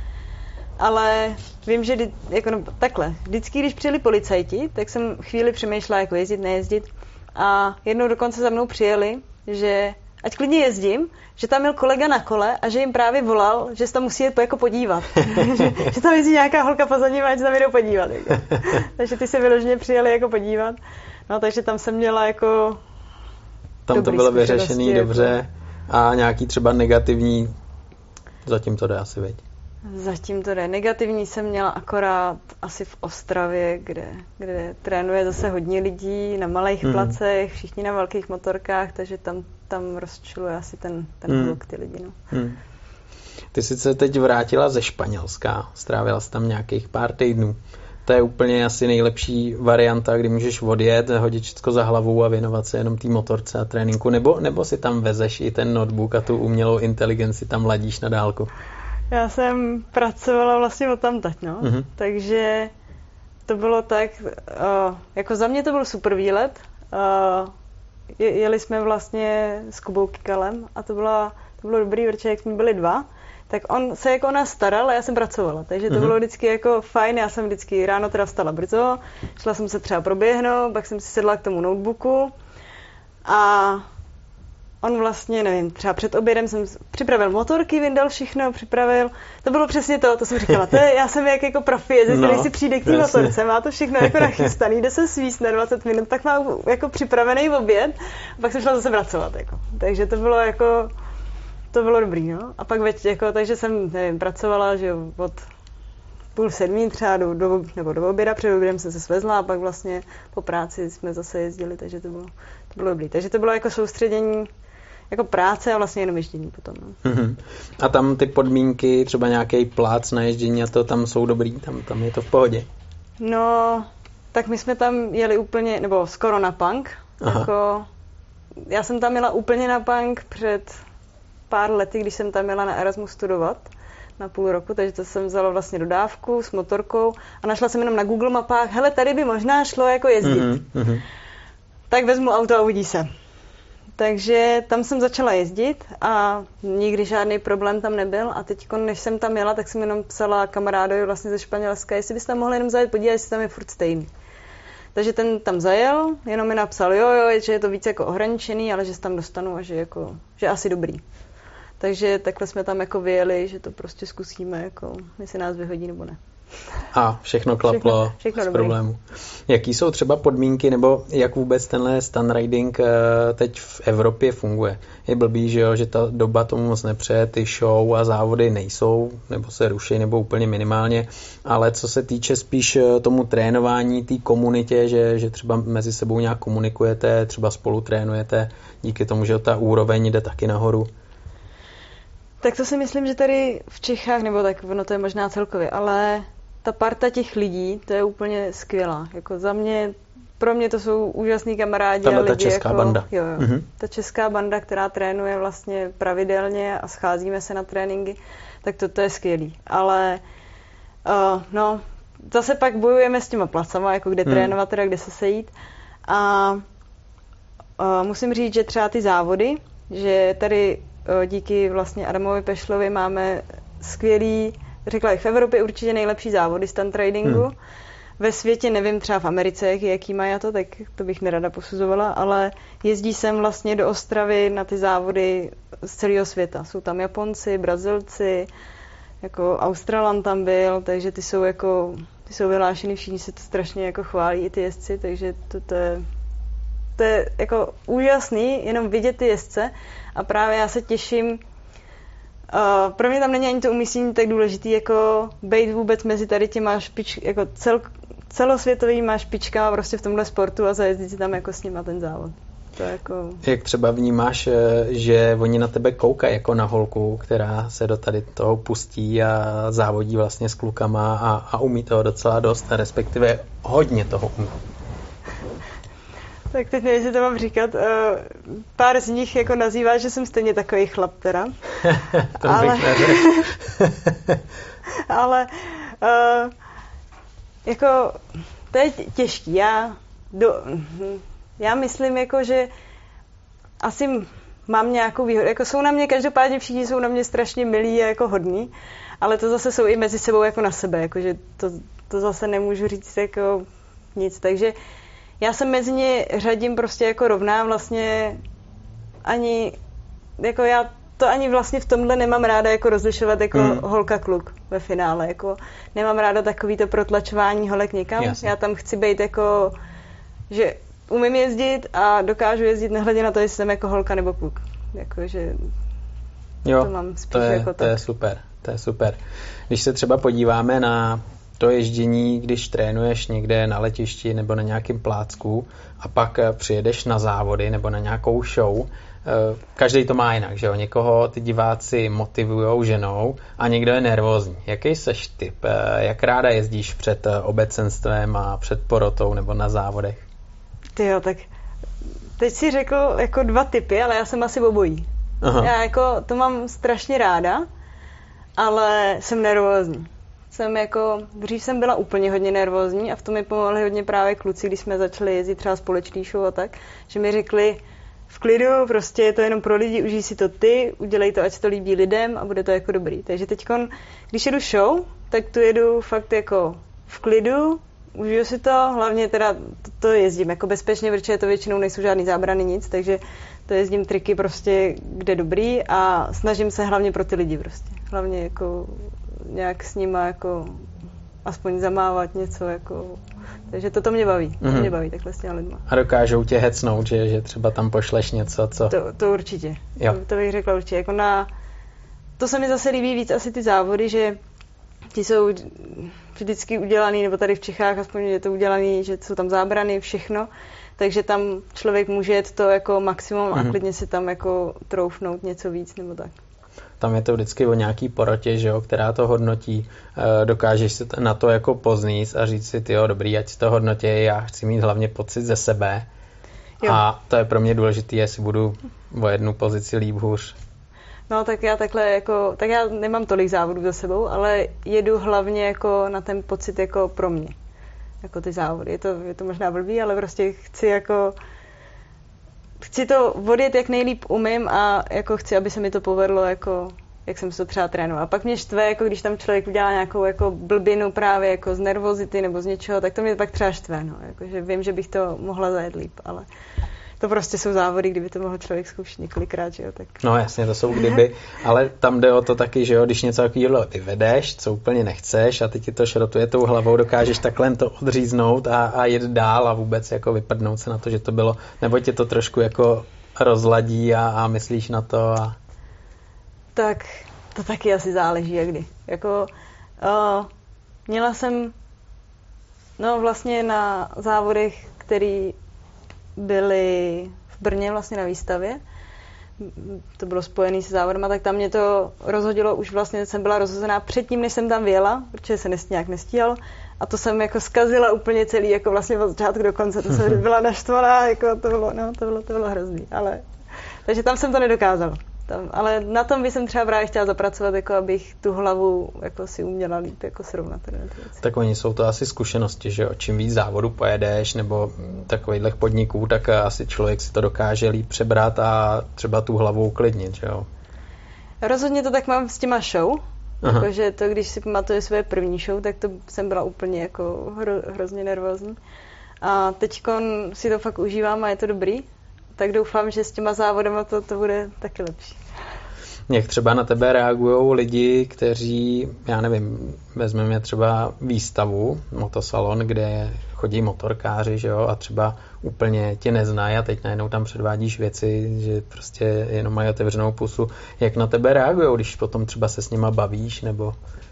S2: Ale vím, že takhle, vždycky, když přijeli policajti, tak jsem chvíli přemýšlela, jako jezdit, nejezdit. A jednou dokonce za mnou přijeli, že ať klidně jezdím, že tam měl kolega na kole a že jim právě volal, že se tam musí jít jako podívat. že tam jezdí nějaká holka pozad ním a ať se tam jdou podívat. Jako. Takže ty se vyloženě přijeli jako podívat. No takže tam jsem měla jako
S1: tam to bylo vyřešený dobře a nějaký třeba negativní, zatím to jde asi, veď.
S2: Zatím to jde. Negativní jsem měla akorát asi v Ostravě, kde trénuje zase hodně lidí na malých placech, všichni na velkých motorkách, takže tam rozčiluje asi ten hluk ty lidi. No.
S1: Ty jsi se teď vrátila ze Španělska, strávila jsi tam nějakých pár týdnů. To je úplně asi nejlepší varianta, kdy můžeš odjet, hodit všechno za hlavu a věnovat se jenom té motorce a tréninku, nebo si tam vezeš i ten notebook a tu umělou inteligenci tam ladíš na dálku. Já
S2: jsem pracovala vlastně odtamtať, takže to bylo tak, jako za mě to byl super výlet. Jeli jsme vlastně s Kubou Kikalem a to bylo dobrý, protože jak jsme byli 2, tak on se jako o nás staral a já jsem pracovala, takže to bylo vždycky jako fajn, já jsem vždycky ráno teda vstala brzo, šla jsem se třeba proběhnout, pak jsem si sedla k tomu notebooku a on vlastně, nevím, třeba před obědem jsem připravil motorky, vyndal všechno, připravil. To bylo přesně to jsem říkala. Já jsem jako profi jezdec, který si přijde k té motorce, má to všechno jako nachystaný, jde se svíst na 20 minut, tak má jako připravený oběd a pak jsem šla zase pracovat. Jako. Takže to bylo dobrý, no. A pak takže jsem, nevím, pracovala, že od 6:30 třeba nebo do oběda, před obědem jsem se svezla a pak vlastně po práci jsme zase jezdili, takže to bylo dobrý. Takže to bylo jako soustředění jako práce a vlastně jenom ježdění potom. No.
S1: A tam ty podmínky, třeba nějaký plác na ježdění a to tam jsou dobrý, tam je to v pohodě?
S2: No, tak my jsme tam jeli úplně, nebo skoro na punk. Jako, já jsem tam jela úplně na punk před pár lety, když jsem tam jela na Erasmus studovat na půl roku, takže to jsem vzala vlastně dodávku s motorkou a našla jsem jenom na Google mapách, hele, tady by možná šlo jako jezdit. Tak vezmu auto a uvidí se. Takže tam jsem začala jezdit a nikdy žádný problém tam nebyl a teď, než jsem tam jela, tak jsem jenom psala kamarádovi vlastně ze Španělska, jestli byste tam mohli jenom zajet podívat, jestli tam je furt stejný. Takže ten tam zajel, jenom mi napsal, jo, že je to víc jako ohraničený, ale že se tam dostanu a že asi dobrý. Takže takhle jsme tam jako vyjeli, že to prostě zkusíme, jako, jestli nás vyhodí nebo ne.
S1: A všechno klaplo
S2: všechno
S1: z problému. Jaký jsou třeba podmínky, nebo jak vůbec tenhle stunt riding teď v Evropě funguje? Je blbý, že ta doba tomu moc nepřeje, ty show a závody nejsou, nebo se ruší, nebo úplně minimálně, ale co se týče spíš tomu trénování, té komunitě, že třeba mezi sebou nějak komunikujete, třeba spolu trénujete, díky tomu, že ta úroveň jde taky nahoru.
S2: Tak to si myslím, že tady v Čechách, nebo tak ono to je možná celkově, ale ta parta těch lidí, to je úplně skvělá. Jako pro mě to jsou úžasný kamarádi a lidi.
S1: Ta česká banda.
S2: Jo. Ta česká banda, která trénuje vlastně pravidelně a scházíme se na tréninky, tak to je skvělý. Ale zase pak bojujeme s těma placama, jako kde trénovat, teda kde se sejít. A musím říct, že třeba ty závody, že tady díky vlastně Adamovi Pešlovi máme skvělý, řekla bych v Evropě určitě nejlepší závody stunt ridingu. Ve světě nevím, třeba v Americe, jaký mají to, tak to bych nerada posuzovala, ale jezdí sem vlastně do Ostravy na ty závody z celého světa. Jsou tam Japonci, Brazilci, jako Australan tam byl, takže ty jsou vyhlášený, všichni se to strašně jako chválí, i ty jezdci, takže to je jako úžasný, jenom vidět ty jezdce a právě já se těším. Pro mě tam není ani to umístění tak důležitý, jako bejt vůbec mezi tady těma jako celosvětovýma špičkama prostě v tomhle sportu a zajezdit si tam jako s nima ten závod. To jako...
S1: Jak třeba vnímáš, že oni na tebe koukají jako na holku, která se do tady toho pustí a závodí vlastně s klukama a umí toho docela dost, respektive hodně toho umí.
S2: Tak teď nevím, jestli to mám říkat. Pár z nich jako nazývá, že jsem stejně takový chlap teda.
S1: To bych neřekl.
S2: Ale jako to je těžký. Já myslím, jako, že asi mám nějakou výhodu. Jako jsou na mě, každopádně všichni jsou na mě strašně milí a jako hodní, ale to zase jsou i mezi sebou jako na sebe. Jako, že to zase nemůžu říct jako nic. Takže já se mezi ně řadím prostě jako rovná, vlastně já to ani vlastně v tomhle nemám ráda jako rozlišovat jako holka kluk ve finále, jako nemám ráda takový to protlačování holek někam. Jasně. Já tam chci být jako, že umím jezdit a dokážu jezdit nehledě na to, jestli jsem jako holka nebo kluk. Jako, že to mám spíš jako tak.
S1: To je super. Když se třeba podíváme na to ježdění, když trénuješ někde na letišti nebo na nějakém plácku a pak přijedeš na závody nebo na nějakou show, každý to má jinak, že jo? Někoho ty diváci motivujou ženou a někdo je nervózní. Jaký seš typ? Jak ráda jezdíš před obecenstvem a před porotou nebo na závodech?
S2: Tyjo, tak teď si řekl jako 2 typy, ale já jsem asi obojí. Aha. Já jako to mám strašně ráda, ale jsem nervózní. Dřív jsem byla úplně hodně nervózní a v tom mi pomohli hodně právě kluci, když jsme začali jezdit třeba společný show a tak, že mi řekli v klidu, prostě je to jenom pro lidi, užij si to ty, udělej to, ať se to líbí lidem a bude to jako dobrý. Takže teďkon, když jedu show, tak tu jedu fakt jako v klidu, užiju si to, hlavně teda to jezdím jako bezpečně, protože to většinou nejsou žádný zábrany, nic, takže to jezdím triky prostě, kde dobrý a snažím se hlavně pro ty lidi prostě. Hlavně jako nějak s nima jako aspoň zamávat něco jako, takže to mě baví, to mě baví takhle s těma lidma.
S1: A dokážou tě hecnout, že třeba tam pošleš něco, co?
S2: To určitě, to bych řekla určitě, jako to se mi zase líbí víc asi ty závody, že ti jsou vždycky udělaný, nebo tady v Čechách aspoň je to udělaný, že jsou tam zábrany, všechno, takže tam člověk může jet to jako maximum a klidně si tam jako troufnout něco víc nebo tak.
S1: Tam je to vždycky o nějaký porotě, že jo, která to hodnotí. Dokážeš se na to jako poznít a říct si, tyjo, dobrý, ať si to hodnotí, já chci mít hlavně pocit ze sebe. Jo. A to je pro mě důležité, jestli budu o jednu pozici líp hůř.
S2: No tak já takhle jako, tak já nemám tolik závodů za sebou, ale jedu hlavně jako na ten pocit jako pro mě. Jako ty závody. Je to možná blbý, ale prostě chci to odjet jak nejlíp umím a jako chci, aby se mi to povedlo, jako jak jsem se to třeba trénovala. A pak mě štve, jako když tam člověk udělá nějakou jako blbinu právě jako z nervozity nebo z něčeho, tak to mě pak třeba štve, no. Jako, že vím, že bych to mohla zajet líp, ale to prostě jsou závody, kdyby to mohl člověk zkoušet několikrát, že jo, tak.
S1: No jasně, to jsou kdyby, ale tam jde o to taky, že jo, když něco takového vyvedeš, co úplně nechceš a teď ti to šrotuje tou hlavou, dokážeš takhle to odříznout a jít dál a vůbec jako vyprdnout se na to, že to bylo, nebo tě to trošku jako rozladí a myslíš na to a...
S2: Tak to taky asi záleží, jak kdy. Jako, měla jsem, no vlastně na závodech, který byly v Brně vlastně na výstavě, to bylo spojené se závodama, tak tam mě to rozhodilo, už vlastně jsem byla rozhozená předtím, než jsem tam vyjela, protože se nějak nestíhalo a to jsem jako zkazila úplně celý, jako vlastně od začátku do konce, to jsem byla naštvaná, jako to bylo hrozný, ale takže tam jsem to nedokázala. Ale na tom bych jsem třeba právě chtěla zapracovat, jako abych tu hlavu jako si uměla líp jako srovnat.
S1: Tak oni jsou to asi zkušenosti, že jo? Čím víc závodů pojedeš nebo takových podniků, tak asi člověk si to dokáže líp přebrat a třeba tu hlavu uklidnit, že jo?
S2: Rozhodně to tak mám s těma show, jakože to, když si pamatuju svoje první show, tak to jsem byla úplně jako hrozně nervózní. A teďkon si to fakt užívám a je to dobrý. Tak doufám, že s těma závodama to bude taky lepší.
S1: Jak třeba na tebe reagují lidi, kteří, já nevím, vezmeme třeba výstavu, motosalon, kde chodí motorkáři, že jo, a třeba úplně tě neznají a teď najednou tam předvádíš věci, že prostě jenom mají otevřenou pusu. Jak na tebe reagují, když potom třeba se s nima bavíš, nebo...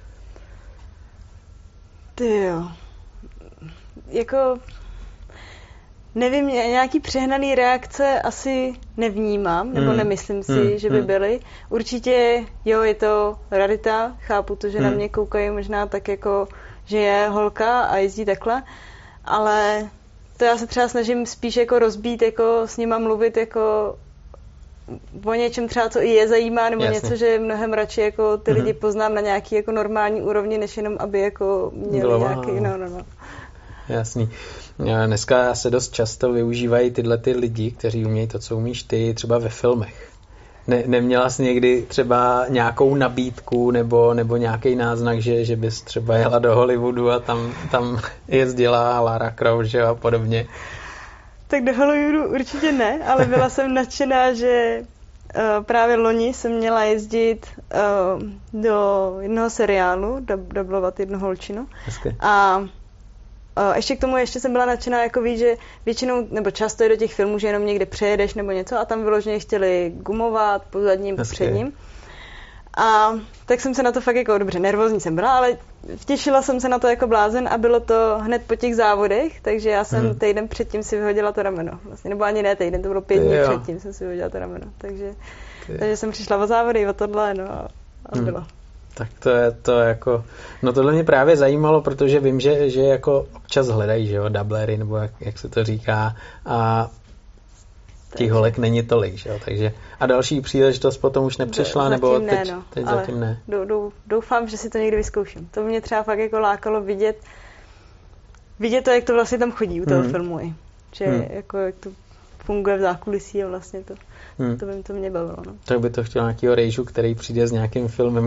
S2: Tyjo. Jako... Nevím, nějaký přehnaný reakce asi nevnímám, nebo nemyslím si, že by byly. Určitě, jo, je to rarita, chápu to, že na mě koukají možná tak jako, že je holka a jezdí takhle, ale to já se třeba snažím spíš jako rozbít, jako s nima mluvit jako o něčem třeba, co i je zajímá, nebo něco, že mnohem radši jako ty lidi poznám na nějaký jako normální úrovni, než jenom aby jako měli nějaký, no.
S1: Jasný. Dneska se dost často využívají tyhle ty lidi, kteří umějí to, co umíš ty, třeba ve filmech. Neměla jsi někdy třeba nějakou nabídku nebo nějaký náznak, že bys třeba jela do Hollywoodu a tam jezdila Lara Croft, že a podobně?
S2: Tak do Hollywoodu určitě ne, ale byla jsem nadšená, že právě loni jsem měla jezdit do jednoho seriálu, dublovat jednu holčinu.
S1: Hezky.
S2: A ještě k tomu jsem byla nadšená, jako víc, že většinou, nebo často je do těch filmů, že jenom někde přejedeš nebo něco a tam vyloženě chtěli gumovat po zadním, po předním. A tak jsem se na to fakt jako dobře, nervózní jsem byla, ale těšila jsem se na to jako blázen a bylo to hned po těch závodech, takže já jsem týden předtím si vyhodila to rameno. Vlastně, nebo ani ne týden, to bylo 5 dní předtím jsem si vyhodila to rameno. Takže jsem přišla o závody, o tohle, no a bylo.
S1: Tak to je jako, no tohle mě právě zajímalo, protože vím, že jako občas hledají, že jo, dublery, nebo jak se to říká, a těch holek není tolik, že jo, takže a další příležitost potom už nepřišla, nebo teď zatím ne.
S2: Doufám, že si to někdy vyzkouším. To mě třeba fakt jako lákalo vidět to, jak to vlastně tam chodí u toho filmu i. Že jako jak to funguje v zákulisí a vlastně to mě bavilo. No.
S1: Tak by to chtěl nějakýho rejžu, který přijde s nějakým filmem,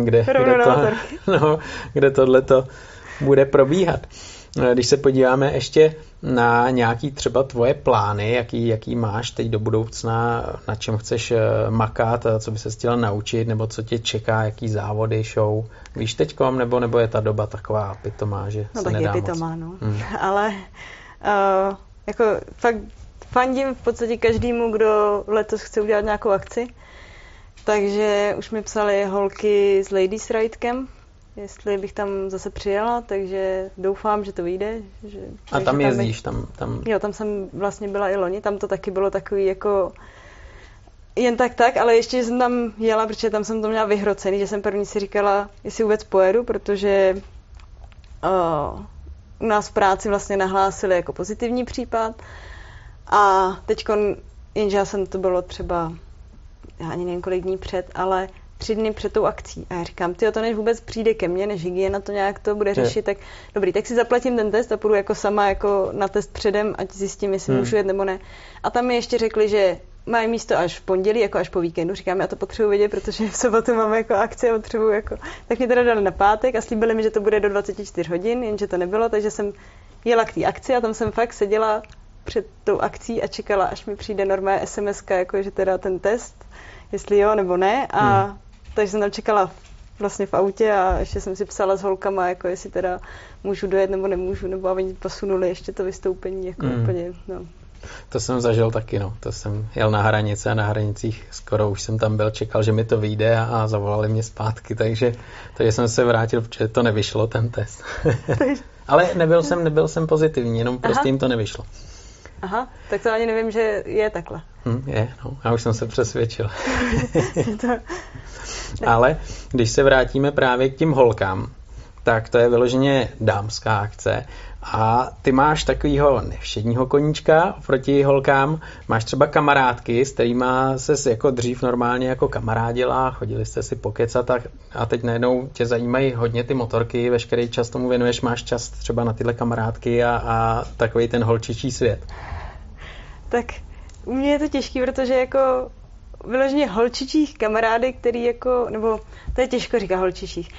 S1: kde tohleto bude probíhat. Když se podíváme ještě na nějaký třeba tvoje plány, jaký máš teď do budoucna, na čem chceš makat, co by se chtěla naučit, nebo co tě čeká, jaký závody, show, víš teďkom, nebo je ta doba taková pitomá, že se nedá moc?
S2: No tak je pitomá, no. Ale jako fakt fandím v podstatě každému, kdo letos chce udělat nějakou akci. Takže už mi psali holky z Ladies Ride Camp, jestli bych tam zase přijela, takže doufám, že to vyjde.
S1: A tam jezdíš? Tam...
S2: Jo, tam jsem vlastně byla i loni, tam to taky bylo takový jako jen tak, ale ještě jsem tam jela, protože tam jsem to měla vyhrocený, že jsem první si říkala, jestli vůbec pojedu, protože u nás v práci vlastně nahlásili jako pozitivní případ a teďkon, jenže já jsem to bylo třeba, já ani nevím kolik dní před, ale 3 dny před tou akcí. A já říkám, to než vůbec přijde ke mně, než hygiena to nějak to bude řešit, tak dobrý, tak si zaplatím ten test a půjdu jako sama jako na test předem, ať zjistím, jestli můžu jet nebo ne. A tam mi ještě řekli, že mají místo až v pondělí, jako až po víkendu. Říkám, já to potřebuji vědět, protože v sobotu máme jako akci a potřebuji jako... Tak mě teda dali na pátek a slíbili mi, že to bude do 24 hodin, jenže to nebylo, takže jsem jela k té akci a tam jsem fakt seděla před tou akcí a čekala, až mi přijde normálně SMS-ka, jako že teda ten test, jestli jo nebo ne. A takže jsem tam čekala vlastně v autě a ještě jsem si psala s holkama, jako jestli teda můžu dojet nebo nemůžu, nebo oni posunuli ještě to vystoupení, jako úplně, no.
S1: To jsem zažil taky, no. To jsem jel na hranice a na hranicích skoro už jsem tam byl, čekal, že mi to vyjde a zavolali mě zpátky, takže jsem se vrátil, protože to nevyšlo, ten test. Ale nebyl jsem pozitivní, jenom prostě jim to nevyšlo.
S2: Aha, tak to ani nevím, že je takhle.
S1: Je, no, já už jsem se přesvědčil. Ale když se vrátíme právě k těm holkám, tak to je vyloženě dámská akce a ty máš takovýho nevšedního koníčka oproti holkám, máš třeba kamarádky, s kterýma ses jako dřív normálně jako kamarádila, chodili jste si pokecat a teď najednou tě zajímají hodně ty motorky, veškerý čas tomu věnuješ, máš čas třeba na tyhle kamarádky a takový ten holčičí svět.
S2: Tak u mě je to těžký, protože jako vyloženě holčičích kamarádek, který jako, nebo to je těžko říkat holčičích.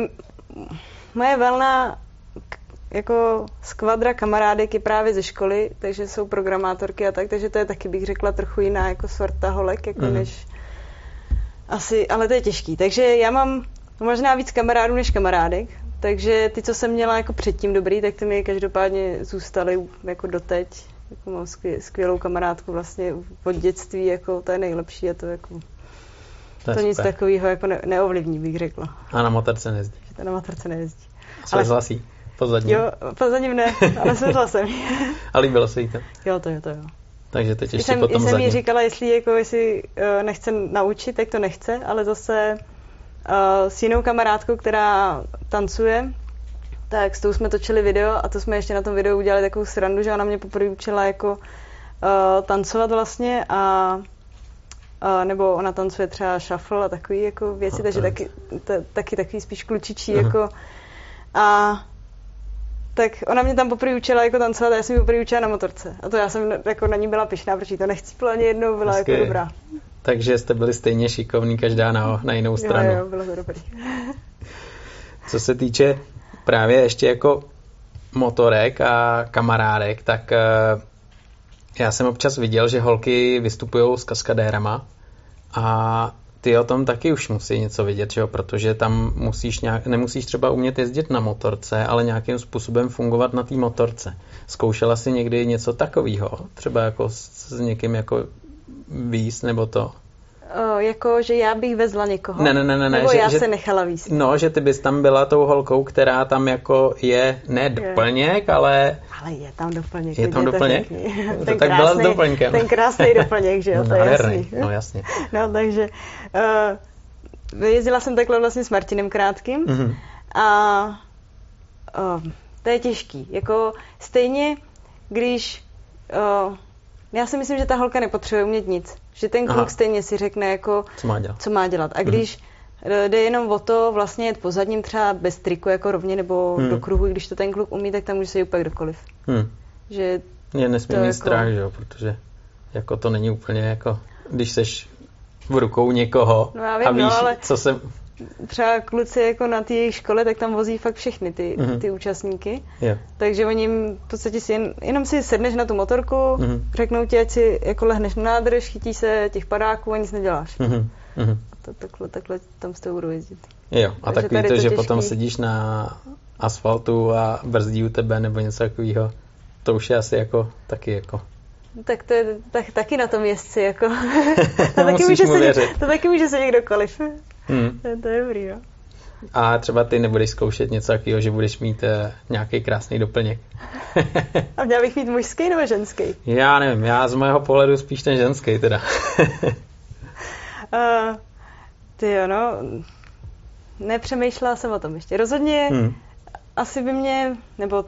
S2: Moje valná jako skvadra kamarádek je právě ze školy, takže jsou programátorky a tak, takže to je taky, bych řekla, trochu jiná jako sorta holek, jako než asi, ale to je těžký. Takže já mám možná víc kamarádů než kamarádek, takže ty, co jsem měla jako předtím dobrý, tak ty mi každopádně zůstaly jako doteď. Jako mám skvělou kamarádku vlastně od dětství, jako to je nejlepší a to jako to nic takového jako neovlivní, bych řekla.
S1: A na motorce nejezdí?
S2: Že to na motorce nejezdí.
S1: Svezla si pozadním?
S2: Jo, pozadním ne, ale svezla jsem.
S1: A líbilo se jí to?
S2: Jo, to jo.
S1: Takže teď ještě potom
S2: zadním. Jsem jí říkala, jestli nechce naučit, tak to nechce, ale zase s jinou kamarádkou, která tancuje, tak s tou jsme točili video a to jsme ještě na tom videu udělali takovou srandu, že ona mě poprvé učila jako tancovat vlastně a nebo ona tancuje třeba shuffle a takový jako věci, takže taky takový spíš klučičí jako a tak ona mě tam poprvé učila jako tancovat a já jsem ji poprvé učila na motorce a to já jsem jako na ní byla pyšná, protože to nechcípla ani jednou, byla jako dobrá.
S1: Takže jste byli stejně šikovní, každá na jinou stranu.
S2: Jo, bylo to dobrý.
S1: Co se týče právě ještě jako motorek a kamarádek, tak já jsem občas viděl, že holky vystupujou s kaskadérama a ty o tom taky už musí něco vidět, že jo? Protože tam nemusíš třeba umět jezdit na motorce, ale nějakým způsobem fungovat na té motorce. Zkoušela jsi někdy něco takového? Třeba jako s někým jako víc nebo to?
S2: Jako, že já bych vezla někoho?
S1: Ne.
S2: Nebo já se nechala víc?
S1: No, že ty bys tam byla tou holkou, která tam jako je, ne doplněk, ale...
S2: Ale je tam doplněk.
S1: Je tam doplněk?
S2: Tak
S1: krásný, byla s doplňkem.
S2: Ten krásný doplněk, že jo, to je jasný.
S1: No jasně.
S2: No, takže jezdila jsem takhle vlastně s Martinem Krátkým a to je těžký. Jako stejně, když... já si myslím, že ta holka nepotřebuje umět nic. Že ten kluk stejně si řekne, jako, co má dělat. A když jde jenom o to vlastně jet po zadním třeba bez triku jako rovně nebo do kruhu, když to ten kluk umí, tak tam může se jít úplně kdokoliv. Že
S1: je nesmírný strach, že jo, protože jako to není úplně jako, když seš v rukou někoho a víš, co se...
S2: Třeba kluci jako na té jejich škole, tak tam vozí fakt všechny ty účastníky.
S1: Yeah. Takže oni
S2: v podstatě jenom si sedneš na tu motorku, řeknou ti, ať si jako lehneš na nádrž, chytí se těch padáků a nic neděláš. A takhle tam s tou budou jezdit.
S1: Jo, a takový to, že potom sedíš na asfaltu a brzdí u tebe nebo něco takového, to už je asi jako taky jako...
S2: Tak to je taky na tom jezdci, jako.
S1: To taky může se
S2: kdokoliv. To je dobrý, jo.
S1: A třeba ty nebudeš zkoušet něco takového, že budeš mít nějaký krásný doplněk.
S2: A měl bych mít mužský nebo ženský?
S1: Já nevím, já z mého pohledu spíš ten ženský teda.
S2: Nepřemýšlela jsem o tom ještě. Rozhodně asi by mě, nebo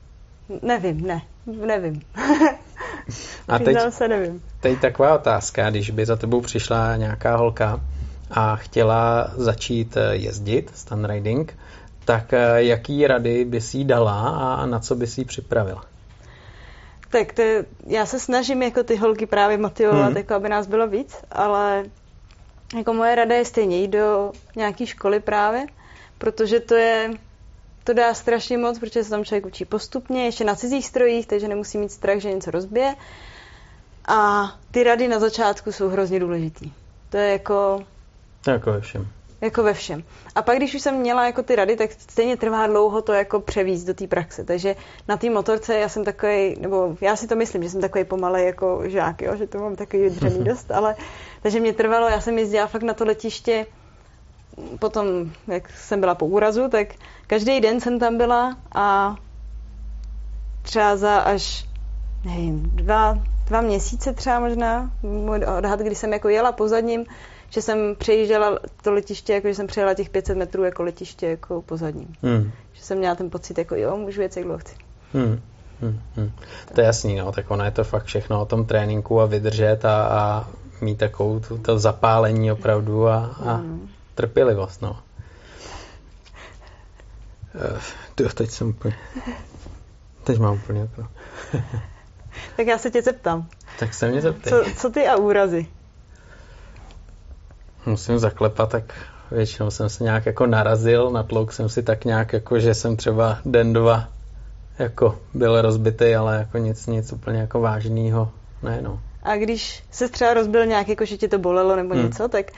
S2: nevím.
S1: A teď taková otázka, když by za tebou přišla nějaká holka a chtěla začít jezdit stunt riding, tak jaký rady by si jí dala a na co by si jí připravila?
S2: Tak já se snažím jako ty holky právě motivovat, jako aby nás bylo víc, ale jako moje rada je stejně jít do nějaké školy právě, protože to dá strašně moc, protože se tam člověk učí postupně, ještě na cizích strojích, takže nemusí mít strach, že něco rozbije. A ty rady na začátku jsou hrozně důležitý. To je jako
S1: ve všem.
S2: Jako ve všem. A pak, když už jsem měla jako ty rady, tak stejně trvá dlouho to jako převízt do té praxe. Takže na té motorce já jsem takovej, nebo já si to myslím, že jsem takovej pomalej jako žák, jo? Že to mám takový dřený dost, ale takže mě trvalo, já jsem jezdila fakt na to letiště potom, jak jsem byla po úrazu, tak každý den jsem tam byla a třeba za až, nevím, dva měsíce třeba možná, můj odhad, kdy jsem jako jela po zadním, že jsem přejížděla to letiště, jako že jsem přejela těch 500 metrů jako letiště jako po zadním. Že jsem měla ten pocit, jako jo, můžu jet, jak dlouho chci.
S1: To je jasný, no, tak ono je to fakt všechno o tom tréninku a vydržet a mít takovou to zapálení opravdu a trpělivost, no. Teď mám úplně jako...
S2: Tak já se tě zeptám.
S1: Tak se mě zeptej.
S2: Co ty a úrazy?
S1: Musím zaklepat, tak většinou jsem se nějak jako narazil, natlouk jsem si tak nějak jako, že jsem třeba den, dva jako byl rozbitý, ale jako nic úplně jako vážnýho, ne no.
S2: A když se třeba rozbil nějak, jako že tě to bolelo nebo něco, tak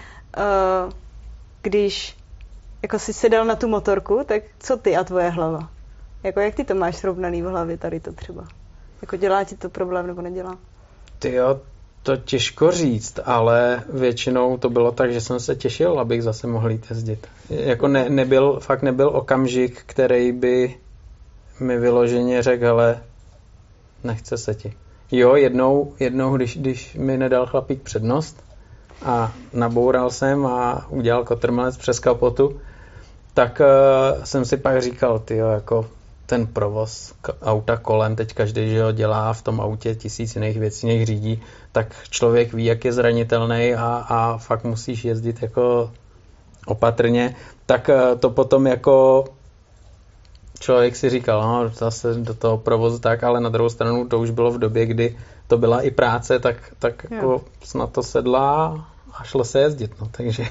S2: když jako jsi sedal na tu motorku, tak co ty a tvoje hlava? Jako jak ty to máš srovnaný v hlavě tady to třeba? Jako dělá ti to problém nebo nedělá?
S1: Tyjo, to těžko říct, ale většinou to bylo tak, že jsem se těšil, abych zase mohl jít jezdit. Jako nebyl okamžik, který by mi vyloženě řekl, hele, nechce se ti. Jo, jednou když mi nedal chlapík přednost a naboural jsem a udělal kotrmelec přes kapotu, tak jsem si pak říkal, tyjo, jako ten provoz auta kolem, teď každý, že ho dělá v tom autě 1000 jiných věcí, nech řídí, tak člověk ví, jak je zranitelný a fakt musíš jezdit jako opatrně, tak to potom jako člověk si říkal, no zase do toho provozu tak, ale na druhou stranu to už bylo v době, kdy to byla i práce, tak jako snad to sedla a šlo se jezdit, no, takže...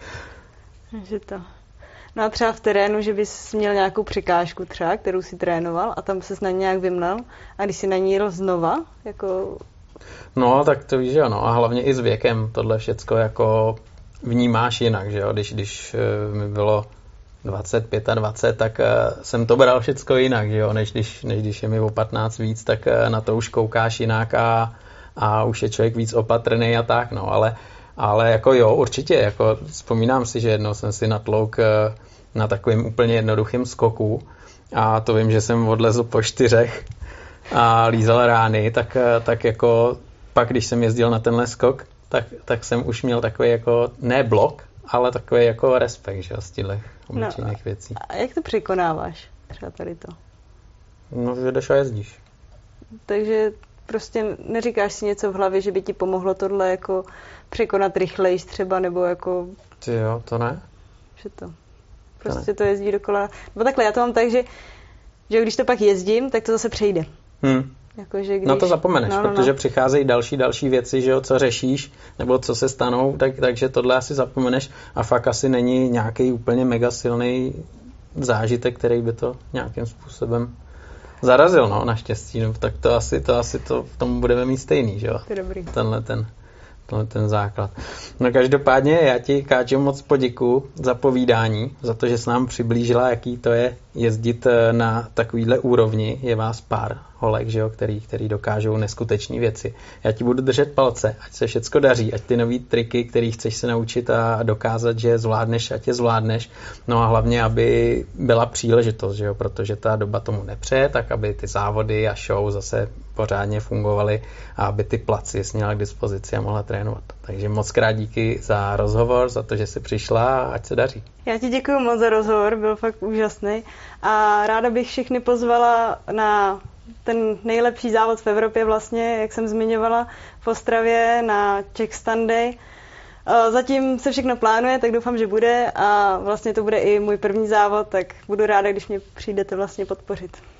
S2: No a třeba v terénu, že bys měl nějakou překážku třeba, kterou si trénoval a tam ses na ní nějak vymnal a když si na ní jel znova, jako...
S1: No, tak to víš, jo, no a hlavně i s věkem tohle všecko jako vnímáš jinak, že jo, když mi bylo 25 a 20, tak jsem to bral všecko jinak, že jo, než když je mi o 15 víc, tak na to už koukáš jinak a už je člověk víc opatrný a tak, no, ale jako jo, určitě, jako vzpomínám si, že jednou jsem si natlouk na takovým úplně jednoduchým skoku a to vím, že jsem odlezl po 4 a lízal rány, tak jako pak, když jsem jezdil na tenhle skok, tak jsem už měl takový jako, ne blok, ale takový jako respekt, že z těchto obyčejných věcí.
S2: A jak to překonáváš třeba tady to?
S1: No, že jdeš a jezdíš.
S2: Takže prostě neříkáš si něco v hlavě, že by ti pomohlo tohle jako překonat rychlejš třeba, nebo jako...
S1: Ty jo, to ne.
S2: Že to. Prostě to jezdí dokola. Nebo takhle, já to mám tak, že když to pak jezdím, tak to zase přejde. Jako, že když...
S1: Na to zapomeneš, protože přicházejí další věci, že jo, co řešíš, nebo co se stanou, takže tohle asi zapomeneš a fakt asi není nějaký úplně mega silný zážitek, který by to nějakým způsobem zarazil, no, naštěstí, no, tak to asi v tom budeme mít stejný, že jo.
S2: To je dobrý.
S1: Tenhle ten základ. No každopádně já ti, Káčo, moc poděkuju za povídání, za to, že jsi nám přiblížila, jaký to je jezdit na takovýhle úrovni. Je vás pár holek, že jo, který dokážou neskutečné věci. Já ti budu držet palce, ať se všecko daří, ať ty nový triky, který chceš se naučit a dokázat, že zvládneš, ať je zvládneš. No a hlavně, aby byla příležitost, že jo, protože ta doba tomu nepřeje, tak aby ty závody a show zase pořádně fungovaly a aby ty placi jsi měla k dispozici a mohla trénovat. Takže moc krát díky za rozhovor, za to, že jsi přišla a ať se daří.
S2: Já ti děkuji moc za rozhovor, byl fakt úžasný a ráda bych všechny pozvala na ten nejlepší závod v Evropě vlastně, jak jsem zmiňovala, v Ostravě na Czech Sunday. Zatím se všechno plánuje, tak doufám, že bude a vlastně to bude i můj první závod, tak budu ráda, když mě přijdete vlastně podpořit.